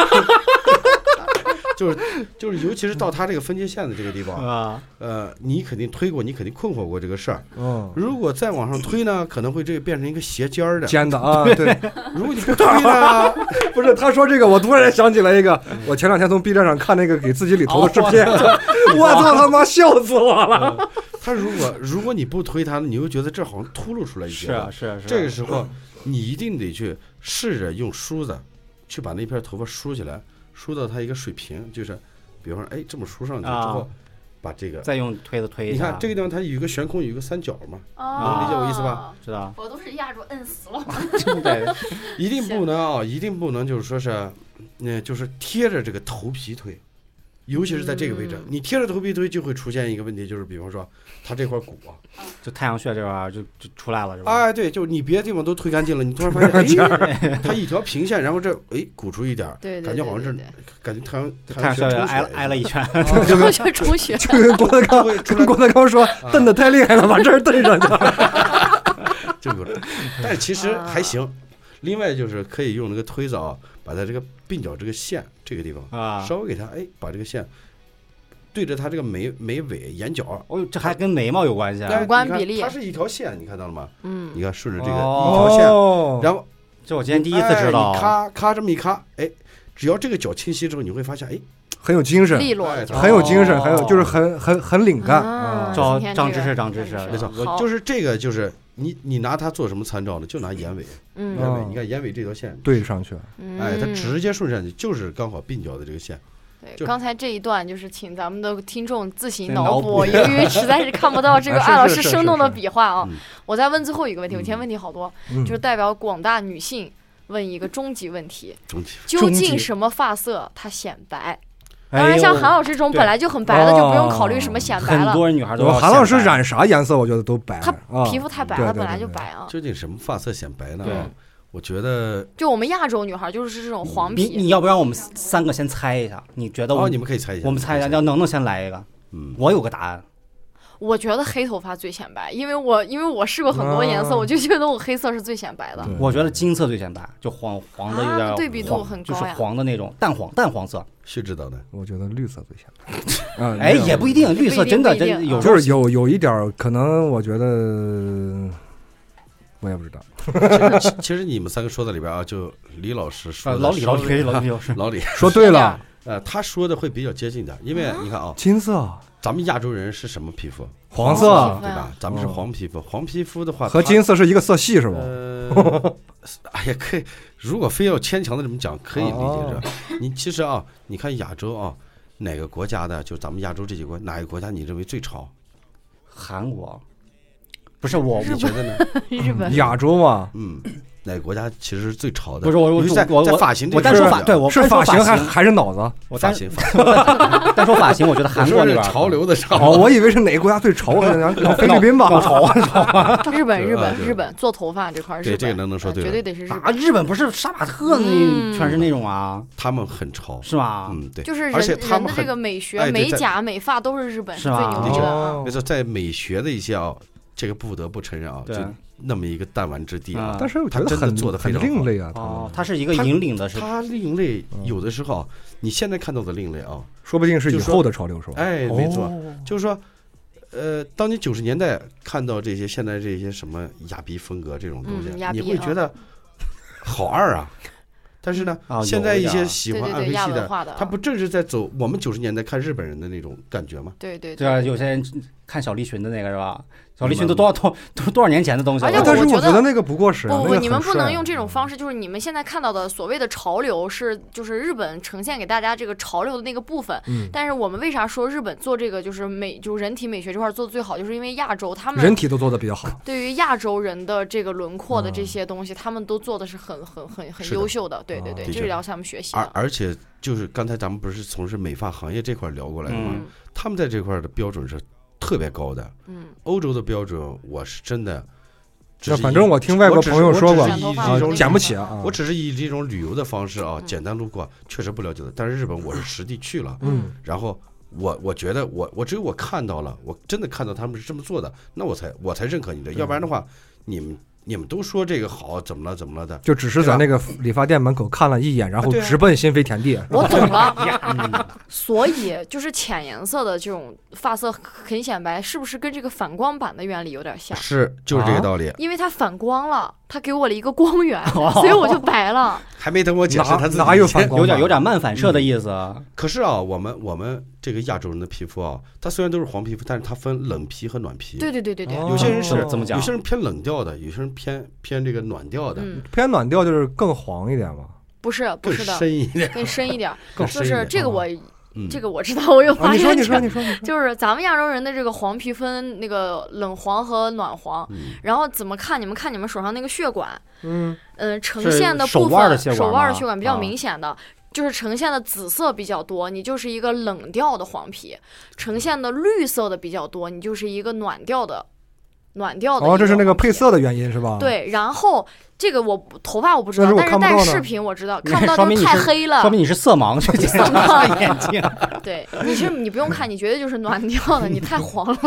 就是，尤其是到他这个分界线的这个地方啊，你肯定推过，你肯定困惑过这个事儿。如果再往上推呢，可能会这个变成一个斜尖的啊。对， 如果你不推呢， 不是他说这个，我突然想起来一个，我前2天从 B 站上看那个给自己理头的视频，我操他妈笑死我了。 他如果你不推他，你会觉得这好像秃噜出来一些。 是。 这个时候你一定得去试着用梳子去把那片头发梳起来。梳到它一个水平，就是比方说这么梳上去之后，把这个再用推子推一下。 你看这个地方它有一个悬空，有一个三角嘛，能理解我意思吧？ 知道。 我都是压住摁死了。 对， 一定不能一定不能就是说是就是贴着这个头皮推。尤其是在这个位置，你贴着头皮推就会出现一个问题，就是比方说它这块骨就太阳穴这块就出来了，是吧？ 对，就你别的地方都推干净了，你突然发现它一条平线，然后这鼓出一点， 对， 感觉好像是感觉太阳穴挨了一圈， 太阳穴充血。 就跟郭德纲说，蹬得太厉害了，把这儿蹬上去了。 就有，但是其实还行。另外就是可以用那个推子把它这个鬓角这个线这个地方稍微给它把这个线对着它这个眉尾眼角。 这还跟眉毛有关系啊？ 五官比例， 它是一条线，你看到了吗？你看顺着这个一条线，然后这我今天第一次知道。 咔这么一咔，只要这个角清晰之后，你会发现很有精神， 利落， 很有精神，很有就是很领干。 长知识， 没错，就是这个就是你拿它做什么参照呢？就拿眼尾，眼尾，你看眼尾这条线对上去， 它直接顺上去，就是刚好鬓角的这个线。 对，刚才这一段就是请咱们的听众自行脑补，由于实在是看不到这个艾老师生动的笔画啊。我再问最后一个问题，我今天问题好多，就是代表广大女性问一个终极问题：究竟什么发色它显白？当然，像韩老师这种本来就很白的，就不用考虑什么显白了。 很多人女孩都要韩老师染啥颜色，我觉得都白。 他皮肤太白了，本来就白啊。 究竟什么发色显白呢？我觉得， 就我们亚洲女孩就是这种黄皮。 你要不让我们3个先猜一下？你觉得你们可以猜一下。 我们猜一下，能先来一个？我有个答案。 我觉得黑头发最显白，因为我试过很多颜色，我就觉得我黑色是最显白的。 我觉得金色最显白，就黄的有点对比度很高， 就是黄的那种淡黄色。 是知道的， 我觉得绿色最显白。 也不一定，绿色真有， 就是有一点可能，我觉得我也不知道。 其实你们3个说的里边就李老师说的， 老李说对了。 他说的会比较接近的，因为你看金色，咱们亚洲人是什么皮肤？ 黄色， 对吧？咱们是黄皮肤，黄皮肤的话和金色是一个色系，是吧？ 可以，如果非要牵强的这么讲，可以理解着。你其实你看亚洲哪个国家的，就咱们亚洲这几国，哪个国家你认为最潮？ 韩国，不是我觉得呢？ 日本， 亚洲嘛， 哪个国家其实是最潮的？ 不是我在发型， 我单说发，对我是发型还是脑子？ 我发型， 单说发型，我觉得韩国那边潮流的潮。 我以为是哪个国家最潮？菲律宾吧？ 潮。 日本做头发这块， 对这个能说对， 绝对得是日本。日本不是杀马特那全是那种啊？ 他们很潮， 是吧？ 对， 就是而且他们的这个美学、美甲、美发都是日本最牛逼的。 没错，在美学的一些这个不得不承认就那么一个弹丸之地但是我觉得真的做的非常另类啊。 它是一个引领的， 它另类。有的时候你现在看到的另类说不定是以后的潮流，是吧？ 没错，就是说，当你90年代看到这些现在这些什么亚逼风格这种东西，你会觉得好二啊。但是呢，现在一些喜欢暗黑系的，他不正是在走我们90年代看日本人的那种感觉吗？ 对， 有些人看小栗旬的那个是吧？小栗旬都多少年前的东西了。 但是我觉得那个不过时。 不，你们不能用这种方式，就是你们现在看到的所谓的潮流就是日本呈现给大家这个潮流的那个部分。但是我们为啥说日本做这个就是人体美学这块做的最好，就是因为亚洲他们人体都做的比较好。 对于亚洲人的这个轮廓的这些东西，他们都做的是很优秀的。对，这是要向他们学习的。 而且就是刚才咱们不是从事美发行业这块聊过来的吗？他们在这块的标准是特别高的。欧洲的标准我是真的， 反正我听外国朋友说过，捡不起啊。 我只是以这种旅游的方式简单路过，确实不了解的。但是日本我是实地去了，然后我觉得我只有我看到了，我真的看到他们是这么做的，那我才认可你的。要不然的话，你你们都说这个好，怎么了的， 就只是在那个理发店门口看了一眼，然后直奔新飞田地。 我懂了，所以就是浅颜色的这种发色很显白，是不是跟这个反光板的原理有点像？ 是，就是这个道理。 因为它反光了，它给我了一个光源，所以我就白了。 还没等我解释，他自己哪有反光？ 有点慢反射的意思。 可是啊，我们这个亚洲人的皮肤啊，它虽然都是黄皮肤，但是它分冷皮和暖皮。 对， 有些人是怎么讲？ 有些人偏冷调的，有些人偏这个暖调的。 偏暖调就是更黄一点嘛？ 不是的，更深一点， 更深一点。 就是这个这个我知道，我有发现。 你说， 就是咱们亚洲人的这个黄皮分那个冷黄和暖黄，然后怎么看？你们看你们手上那个血管，呈现的部分，手腕的血管比较明显的。就是呈现的紫色比较多，你就是一个冷调的黄皮；呈现的绿色的比较多，你就是一个暖调的。 这是那个配色的原因是吧？ 对，然后这个头发我不知道，但是带视频我知道，看不到就是太黑了， 说明你是色盲，色盲眼睛。 对，你不用看，你绝对就是暖调的，你太黄了。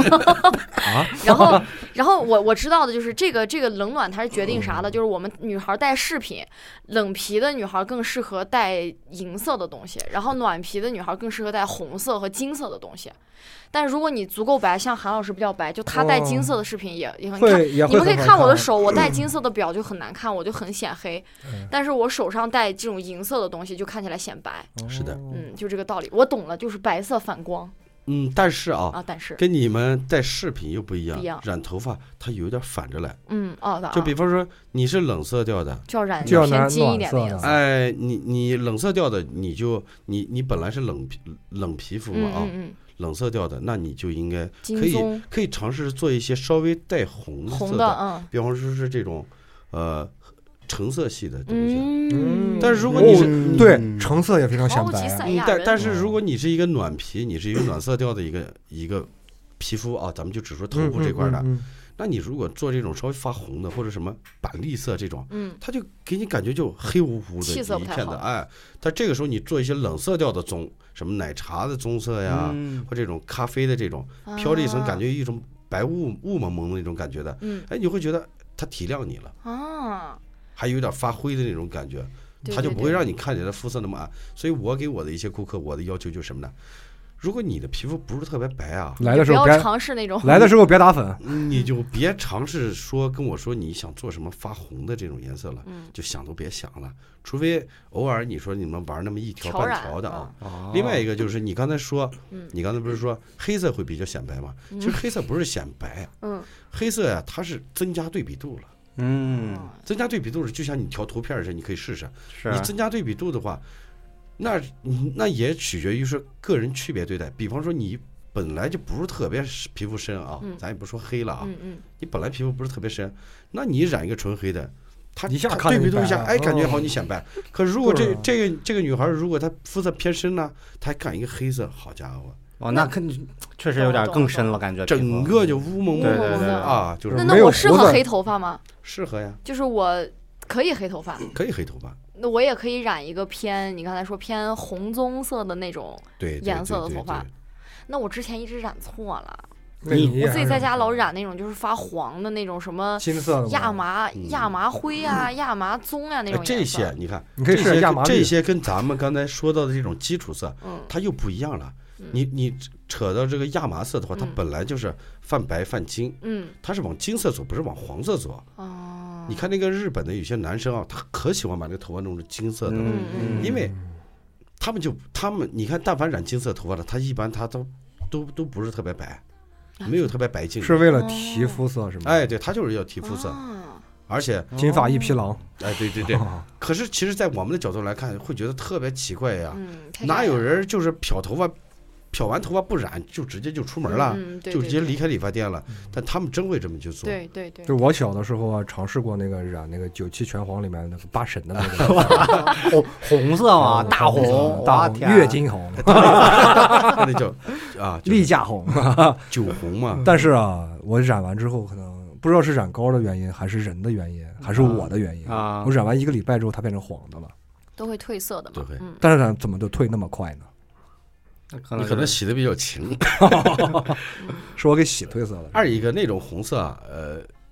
然后我知道的就是这个冷暖它是决定啥的，就是我们女孩戴饰品，冷皮的女孩更适合戴银色的东西，然后暖皮的女孩更适合戴红色和金色的东西。但是如果你足够白，像韩老师比较白，就他戴金色的饰品也很看。你们可以看我的手，我戴金色的表就很难看，我就很显黑。但是我手上戴这种银色的东西就看起来显白。 是的， 就这个道理，我懂了，就是白色反光。 但是跟你们戴饰品又不一样，染头发它有点反着来。就比方说你是冷色调的， 就要染偏金一点的颜色。 哎，你冷色调的，你本来是冷皮肤嘛冷色调的，那你就应该可以尝试做一些稍微带红色的，比方说是这种橙色系的东西。但是如果你是对橙色也非常显白。 但是如果你是一个暖皮，你是一个暖色调的一个皮肤啊，咱们就只说头部这块的。那你如果做这种稍微发红的或者什么板栗色这种，它就给你感觉就黑乎乎的一片的，哎，但这个时候你做一些冷色调的棕，什么奶茶的棕色呀，或这种咖啡的这种，飘了一层，感觉一种白雾蒙蒙的那种感觉的，哎，你会觉得它提亮你了还有点发灰的那种感觉，它就不会让你看起来肤色那么暗。所以我给我的一些顾客，我的要求就是什么呢？如果你的皮肤不是特别白啊， 来的时候不要尝试那种， 来的时候别打粉， 你就别尝试跟我说你想做什么发红的这种颜色了，就想都别想了。除非偶尔你说你们玩那么一条半条的啊。另外一个就是你刚才不是说黑色会比较显白吗？其实黑色不是显白，黑色呀它是增加对比度了。增加对比度是就像你调图片似的，你可以试试。你增加对比度的话。那也取决于是个人区别对待，比方说你本来就不是特别皮肤深啊，咱也不说黑了啊，你本来皮肤不是特别深，那你染一个纯黑的，它一下对比度一下，哎，感觉好你显白。可是如果这个女孩如果她肤色偏深呢，她还干一个黑色，好家伙， 那确实有点更深了，感觉整个就乌蒙蒙的啊，就是那我适合黑头发吗？ 适合呀， 就是我可以黑头发， 可以黑头发。 那我也可以染一个你刚才说偏红棕色的那种颜色的头发。那我之前一直染错了，我自己在家老染那种就是发黄的那种什么亚麻灰啊、亚麻棕啊那种颜色。 这些你看， 你可以试亚麻绿， 这些跟咱们刚才说到的这种基础色，它又不一样了。你扯到这个亚麻色的话，它本来就是泛白泛金，它是往金色走，不是往黄色走。你看那个日本的有些男生啊，他可喜欢把那个头发弄成金色的了，因为他们你看，但凡染金色头发的，他一般他都不是特别白，没有特别白净， 是为了提肤色是吗？ 哎，对，他就是要提肤色，而且金发一匹狼。 哎，对。可是其实，在我们的角度来看，会觉得特别奇怪呀，哪有人就是漂头发？漂完头发不染就直接就出门了，就直接离开理发店了。但他们真会这么去做。 对。 就我小的时候啊，尝试过那个染那个九七拳皇里面那个八神的那个红色嘛，大红， 月经红， 那叫例假红， 酒红嘛。 但是啊，我染完之后可能不知道是染膏的原因，还是人的原因，还是我的原因啊。我染完1个礼拜之后，它变成黄的了， 都会褪色的嘛。 对， 但是怎么就褪那么快呢？ 你可能洗的比较勤， 是我给洗褪色了。 二一个那种红色，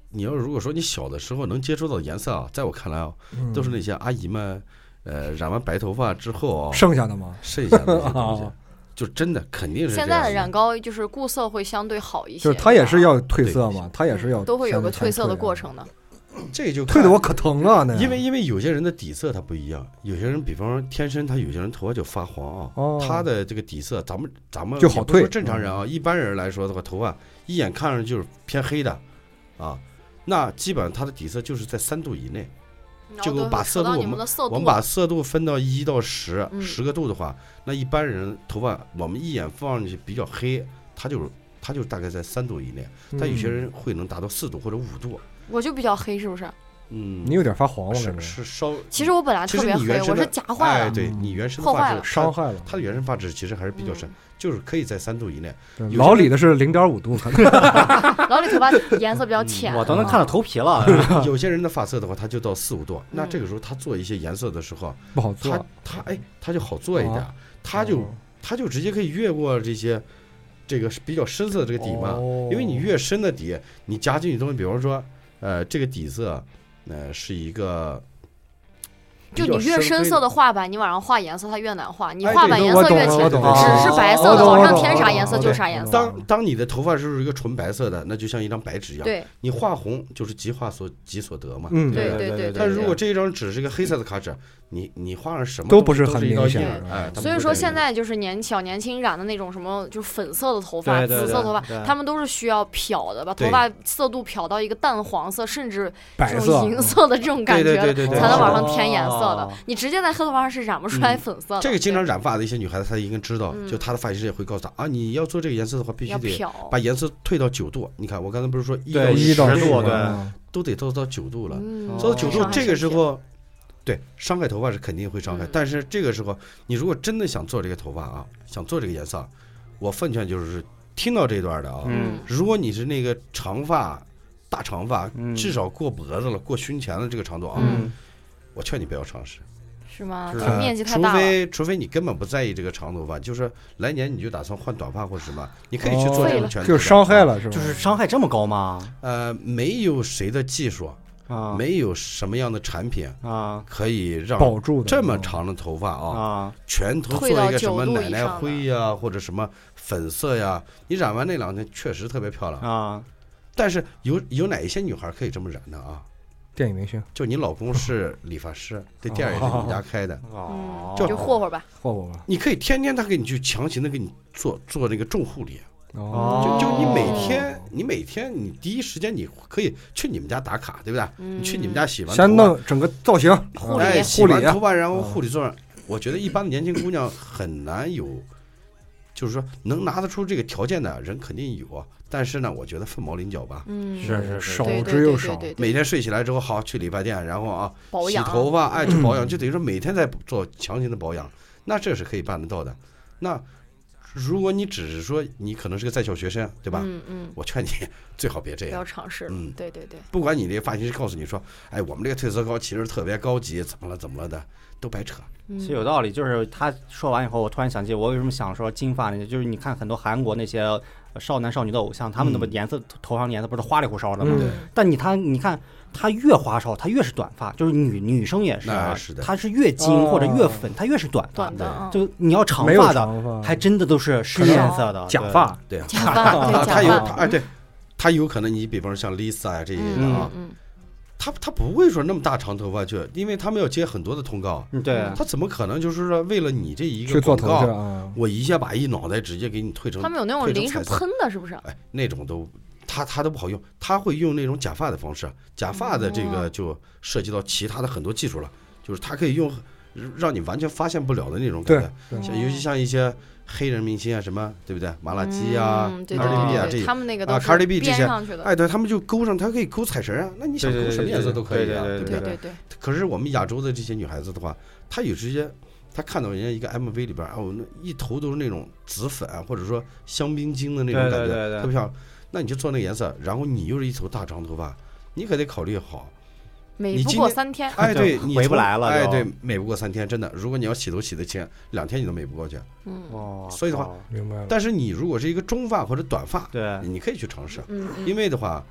你要如果说你小的时候能接触到颜色啊，在我看来啊，都是那些阿姨们，染完白头发之后啊， 剩下的吗？ 剩下的那些东西，就真的肯定是现在的染膏就是固色会相对好一些， 就是它也是要褪色嘛，它也是要都会有个褪色的过程的。 这就褪的我可疼啊！那因为有些人的底色它不一样，有些人比方说天生他有些人头发就发黄啊，他的这个底色咱们就好褪。 正常人啊，一般人来说的话，头发一眼看上去就是偏黑的啊，那基本上它的底色就是在3度以内。就把色度我们把色度分到1到10个度的话，那一般人头发我们一眼放上去比较黑，它就大概在3度以内，但有些人会能达到4度或者5度。 我就比较黑，是不是？ 你有点发黄，我感觉是稍。 其实我本来特别黑，我是夹坏了， 对你原生的发质伤害了， 它的原生发质其实还是比较深，就是可以在3度以内。 老李的是0.5度，可能老李头发颜色比较浅， 我都能看到头皮了。 有些人的发色的话，他就到4、5度，那这个时候他做一些颜色的时候不好做， 他就好做一点，他就直接可以越过这个比较深色的这个底嘛，因为你越深的底，你加进去东西，比方说。这个底色，是一个， 就你越深色的画板，你往上画颜色它越难画，你画板颜色越浅，只是白色的，往上添啥颜色就啥颜色。 当你的头发是一个纯白色的，那就像一张白纸一样， 对， 你画红就是即画即所得嘛， 对。 但如果这一张纸是一个黑色的卡纸，你画上什么都不是很明显， 所以说现在就是小年轻染的那种什么就是粉色的头发、紫色头发，他们都是需要漂的，把头发色度漂到一个淡黄色甚至这种银色的这种感觉，才能往上添颜色的。你直接在黑头发上是染不出来粉色的。 这个经常染发的一些女孩子，她应该知道，就她的发型师也会告诉她啊，你要做这个颜色的话，必须得把颜色退到9度。你看我刚才不是说1到10度，对，都得做到9度了，做到9度，这个时候。对，伤害头发是肯定会伤害，但是这个时候，你如果真的想做这个头发啊，想做这个颜色，我奉劝就是听到这段的啊，如果你是那个大长发，至少过脖子了、过胸前的这个长度啊，我劝你不要尝试。 是吗？面积太大了。 除非你根本不在意这个长头发，就是来年你就打算换短发或者什么，你可以去做这种全头发。 就是伤害了，是吧？ 就是伤害这么高吗？ 没有谁的技术。没有什么样的产品可以让保住这么长的头发全头做一个什么奶奶灰呀，或者什么粉色呀，你染完那2天确实特别漂亮但是有哪一些女孩可以这么染的啊？ 电影明星， 就你老公是理发师，这店也是你们家开的就霍霍吧， 你可以天天他给你去强行的给你做那个重护理。就你每天你第一时间你可以去你们家打卡，对不对？你去你们家洗完头先弄整个造型护理洗完头发，然后护理做上。我觉得一般的年轻姑娘很难有，就是说能拿得出这个条件的人肯定有，但是呢，我觉得凤毛麟角吧。 是少之又少。 每天睡起来之后，好去理发店，然后洗头发，去保养，就等于说每天在做强行的保养，那这是可以办得到的。那如果你只是说你可能是个在校学生，对吧？我劝你最好别这样， 不要尝试。对。 不管你这个发型师告诉你说，我们这个褪色膏其实特别高级，怎么了的，都白扯。 其实有道理，就是他说完以后，我突然想起我为什么想说金发那些，就是你看很多韩国那些少男少女的偶像，他们的颜色头上颜色不是花里胡哨的吗？但你看他越花哨，他越是短发，就是女生也是，他是越金或者越粉，他越是短发。就你要长发的，还真的都是深颜色的假发， 对， 假发， 他有可能你比方说像 Lisa 呀这些啊。他不会说那么大长头发去，因为他们要接很多的通告。 对， 他怎么可能就是说为了你这一个广告，我一下把一脑袋直接给你退成？ 他们有那种临时喷的，是不是？ 那种都他都不好用，他会用那种假发的方式。假发的这个就涉及到其他的很多技术了，就是他可以用让你完全发现不了的那种感觉。尤其像一些黑人明星啊，什么对不对？麻辣鸡啊，Cardi B 啊，这他们那个都是 Cardi B 这些，对，他们就勾上，他可以勾彩绳啊，那你想勾什么颜色都可以啊，对不对？可是我们亚洲的这些女孩子的话，她有直接，她看到人家一个 MV 里边那一头都是那种紫粉或者说香槟金的那种感觉，特别像，那你就做那个颜色，然后你又是一头大长头发，你可得考虑好。 美不过3天， 对，你回不来了， 对，美不过3天，真的。如果你要洗头洗得勤，2天你都美不过去。所以的话， 明白了。 但是你如果是一个中发或者短发， 对， 你可以去尝试，因为的话，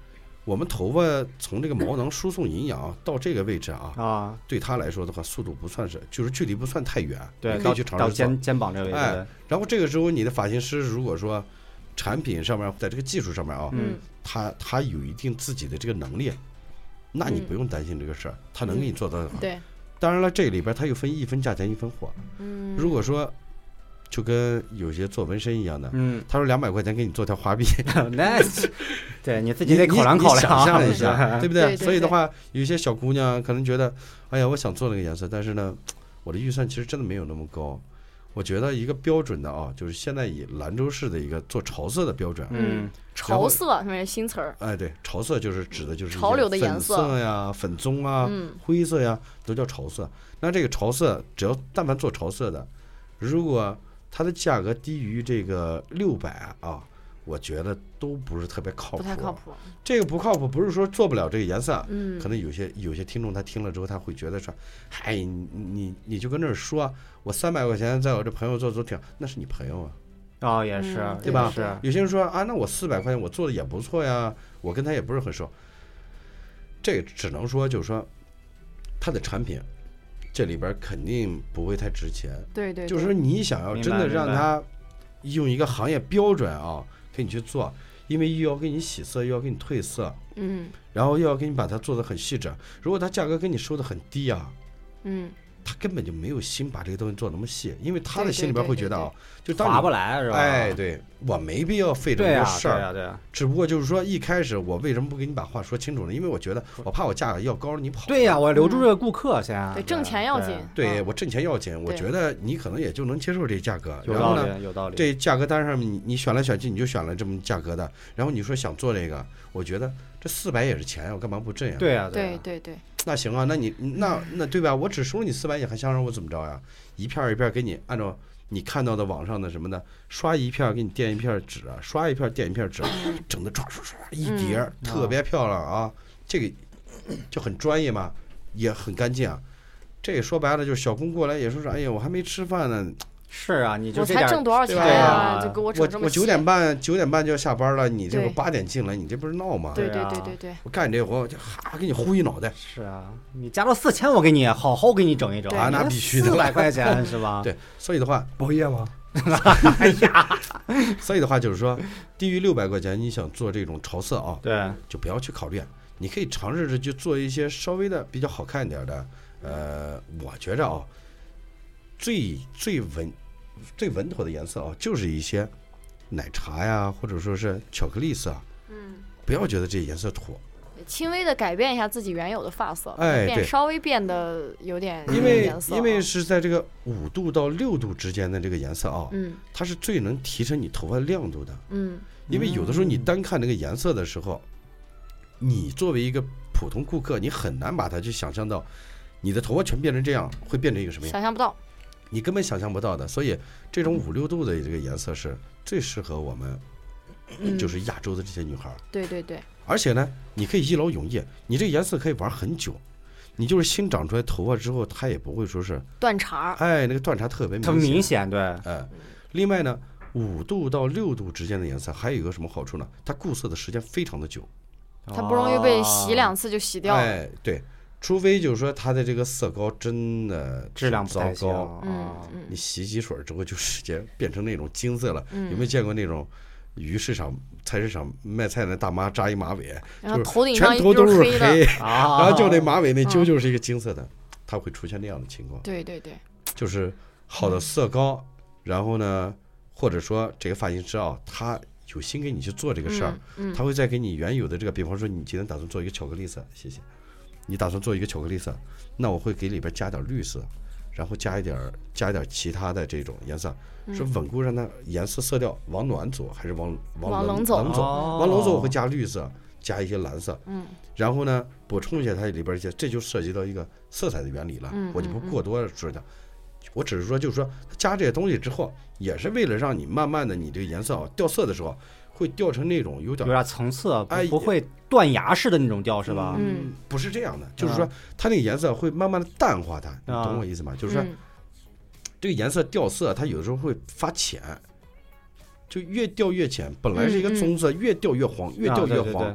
我们头发从这个毛囊输送营养到这个位置啊，对他来说的话，速度不算是，就是距离不算太远， 对， 你可以去尝试到肩膀这个位置。 哎，然后这个时候你的发型师如果说产品上面在这个技术上面啊，他有一定自己的这个能力，那你不用担心这个事儿，他能给你做到的。 对， 当然了，这里边他又分一分价钱一分货。如果说就跟有些做纹身一样的，他说200块钱给你做条花臂， 那对你自己得考量考量， 想象一下，对不对？所以的话，有些小姑娘可能觉得，哎呀，我想做那个颜色，但是呢，我的预算其实真的没有那么高。我觉得一个标准的啊，就是现在以兰州市的一个做潮色的标准， 潮色是新词儿。 哎，对，潮色就是指的就是潮流的颜色，粉色呀、粉棕啊、灰色呀，都叫潮色。那这个潮色，只要但凡做潮色的，如果它的价格低于这个600啊，我觉得都不是特别靠谱。 不太靠谱。 这个不靠谱，不是说做不了这个颜色，可能有些听众他听了之后，他会觉得说，嗨，你就跟那儿说，我300块钱在我这朋友做挺，那是你朋友啊。 也是， 对吧？ 是。 有些人说啊，那我400块钱我做的也不错呀，我跟他也不是很熟。这只能说就是说，他的产品。这里边肯定不会太值钱， 对， 就是说你想要真的让他用一个行业标准啊，给你去做，因为又要给你洗色，又要给你褪色，然后又要给你把它做得很细致。如果他价格给你收得很低啊，他根本就没有心把这个东西做那么细，因为他的心里边会觉得啊，就划不来是吧？ 哎，对，我没必要费这么多事儿， 对呀。 只不过就是说一开始我为什么不给你把话说清楚呢？因为我觉得我怕我价格要高了你跑。 对呀，我留住这个顾客先。 对，挣钱要紧。 对，我挣钱要紧。我觉得你可能也就能接受这价格。 有道理，有道理。 这价格单上面你选来选去，你就选了这么价格的。然后你说想做这个，我觉得这400也是钱呀，我干嘛不这样？ 对呀， 对。 那行啊，那你那对吧？我只收你400，你还想让我怎么着呀？一片一片给你按照你看到的网上的什么的，刷一片给你垫一片纸，刷一片垫一片纸，整的刷一叠，特别漂亮啊！这个就很专业嘛，也很干净啊。这个说白了就是小工过来也说是，哎呀，我还没吃饭呢。 是啊，你就我才挣多少钱呀？就给我整这么细。 我9点半就要下班了，你这不8点进来，你这不是闹吗？ 对。 我干这活就给你呼一脑袋。 是啊，你加到4000，我给你好好给你整一整啊，那必须的 ，400块钱是吧？ 对，所以的话， 包夜吗？ 哎呀， 所以的话就是说，低于600块钱，你想做这种潮色啊， 对， 就不要去考虑，你可以尝试着去做一些稍微的比较好看一点的。我觉着啊，最稳妥的颜色啊，就是一些奶茶呀，或者说是巧克力色。不要觉得这颜色土。 轻微的改变一下自己原有的发色， 对， 稍微变得有点颜色， 因为是在这个5度到6度之间的这个颜色啊，它是最能提升你头发亮度的。因为有的时候你单看这个颜色的时候，你作为一个普通顾客，你很难把它去想象到，你的头发全变成这样会变成一个什么样， 想象不到， 你根本想象不到的。所以这种5、6度的这个颜色是最适合我们，就是亚洲的这些女孩。 对。 而且呢，你可以一劳永逸，你这个颜色可以玩很久，你就是新长出来头发之后，它也不会说是断茬。 哎，那个断茬特别明显，对。 另外呢，5度到6度之间的颜色还有一个什么好处呢？它固色的时间非常的久， 它不容易被洗2次就洗掉了。 哎，对，除非就是说它的这个色膏真的质量糟糕，你洗几水之后就直接变成那种金色了。有没有见过那种鱼市场、菜市场卖菜的大妈扎一马尾， 然后头顶上全头都是黑， 然后就那马尾那揪就是一个金色的，它会出现那样的情况。 对， 就是好的色膏，然后呢，或者说这个发型师啊，他有心给你去做这个事儿，他会再给你原有的这个，比方说你今天打算做一个巧克力色，谢谢，你打算做一个巧克力色，那我会给里边加点绿色，然后加一点其他的这种颜色。是稳固让它颜色色调往暖走还是往冷走？往冷走我会加绿色，加一些蓝色，然后呢补充一下它里边一些，这就涉及到一个色彩的原理了，我就不过多说讲，我只是说就是说加这些东西之后，也是为了让你慢慢的你这个颜色掉色的时候会掉成那种有点层次，不会断崖式的那种掉是吧？ 不是这样的，就是说它那个颜色会慢慢的淡化它，你懂我意思吗？就是说。这个颜色掉色，它有的时候会发浅，就越掉越浅。本来是一个棕色，越掉越黄，越掉越黄，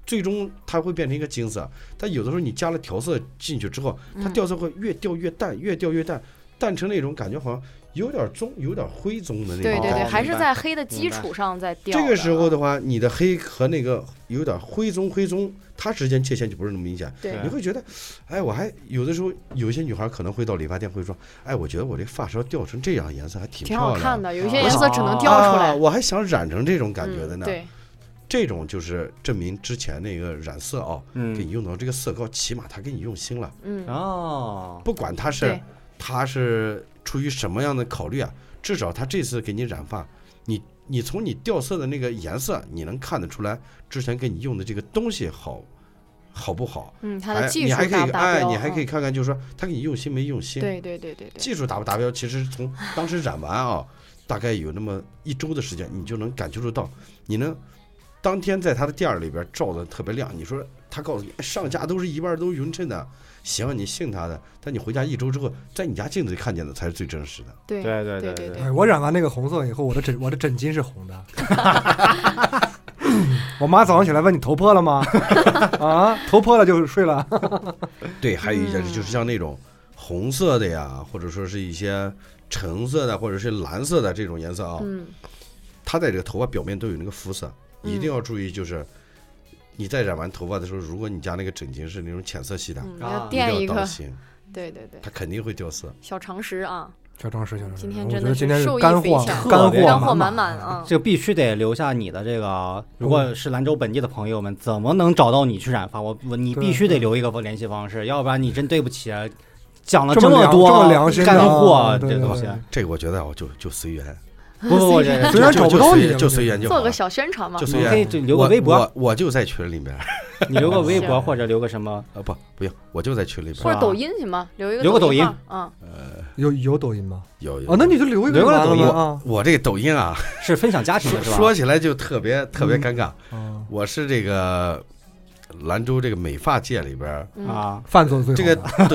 最终它会变成一个金色。但有的时候你加了调色进去之后，它掉色会越掉越淡，越掉越淡，淡成那种感觉好像有点棕，有点灰棕的那种。 对对对，还是在黑的基础上在掉。 这个时候的话，你的黑和那个有点灰棕，它之间界限就不是那么明显。 对， 你会觉得，哎，我还有的时候有些女孩可能会到理发店会说，哎，我觉得我这发梢掉成这样颜色还挺漂亮， 挺好看的。有一些颜色只能掉出来， 我还想染成这种感觉的呢。 对， 这种就是证明之前那个染色给你用到这个色膏，起码他给你用心了。不管他是出于什么样的考虑啊，至少他这次给你染发，你从你掉色的那个颜色，你能看得出来之前给你用的这个东西好不好？ 他的技术达不达标？ 你还可以看看，就是说他给你用心没用心。 对， 技术达不达标？其实从当时染完啊，大概有那么1周的时间，你就能感觉得到，你能当天在他的店里边照的特别亮。你说他告诉你上下都是一半都匀称的，行，你信他的。但你回家1周之后，在你家镜子里看见的才是最真实的。 对。 哎，我染完那个红色以后，我的枕巾是红的。我妈早上起来问你头破了吗？啊，头破了就睡了。 对，还有一件事就是像那种红色的呀，或者说是一些橙色的或者是蓝色的这种颜色啊，它在这个头发表面都有那个肤色，一定要注意，就是你在染完头发的时候，如果你家那个枕巾是那种浅色系的， 要垫一个，对， 它肯定会掉色。 小常识啊。 小常识， 今天真的是受益匪浅， 干货满满啊！ 这个必须得留下你的这个，如果是兰州本地的朋友们，怎么能找到你去染发？你必须得留一个联系方式，要不然你真对不起，讲了这么多干货，这东西， 这个我觉得就随缘。 不， 虽然找不到你， 就随缘就好。 做个小宣传嘛， 就随缘。 可以留个微博， 我就在群里边。 你留个微博或者留个什么？ 不用，我就在群里边。 或者抖音行吗？留个抖音啊。 有抖音吗？ 有那你就留一个抖音啊。 我这个抖音啊， 是分享家庭的是吧？ 说起来就特别尴尬。我是这个兰州这个美发界里边范总这个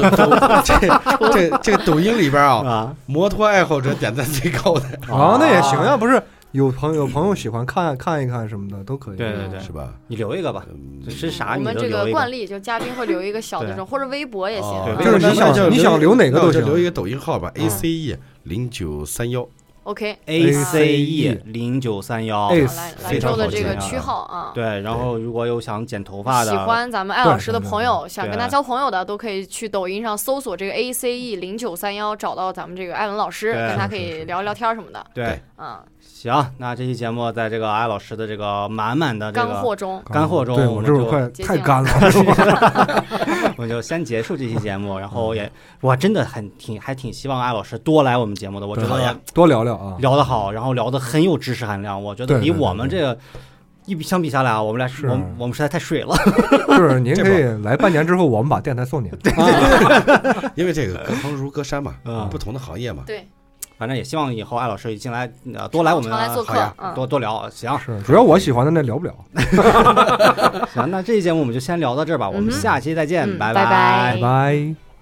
这个抖音里边摩托爱好者点赞最高的那也行呀，不是有朋友喜欢看一看什么的都可以， 对， 是吧？ 你留一个吧，是啥？ 我们这个惯例就嘉宾会留一个小的这种，或者微博也行。 就是你想留哪个都行， 留一个抖音号吧 ，ACE 0931。 OK ACE 0931， 兰州的这个区号啊。 对，然后如果有想剪头发的， 喜欢咱们艾老师的朋友，想跟他交朋友的，都可以去抖音上搜索这个 ACE 0931，找到咱们这个艾文老师，跟他可以聊聊天什么的。 对，行，那这期节目在这个艾老师的这个满满的这个干货中， 对我这会快太干了， 我们就先结束这期节目。然后我真的还挺希望艾老师多来我们节目的，我觉得多聊聊啊， 聊得好，然后聊得很有知识含量，我觉得比我们这个相比下来啊，我们实在太水了。 是，您可以来半年之后，我们把电台送您。 因为这个隔行如隔山嘛，不同的行业嘛。 对。 反正也希望以后艾老师进来多来我们来做客， 多聊。行， 是主要我喜欢的那聊不了。 行，那这期节目我们就先聊到这儿吧，我们下期再见，拜拜。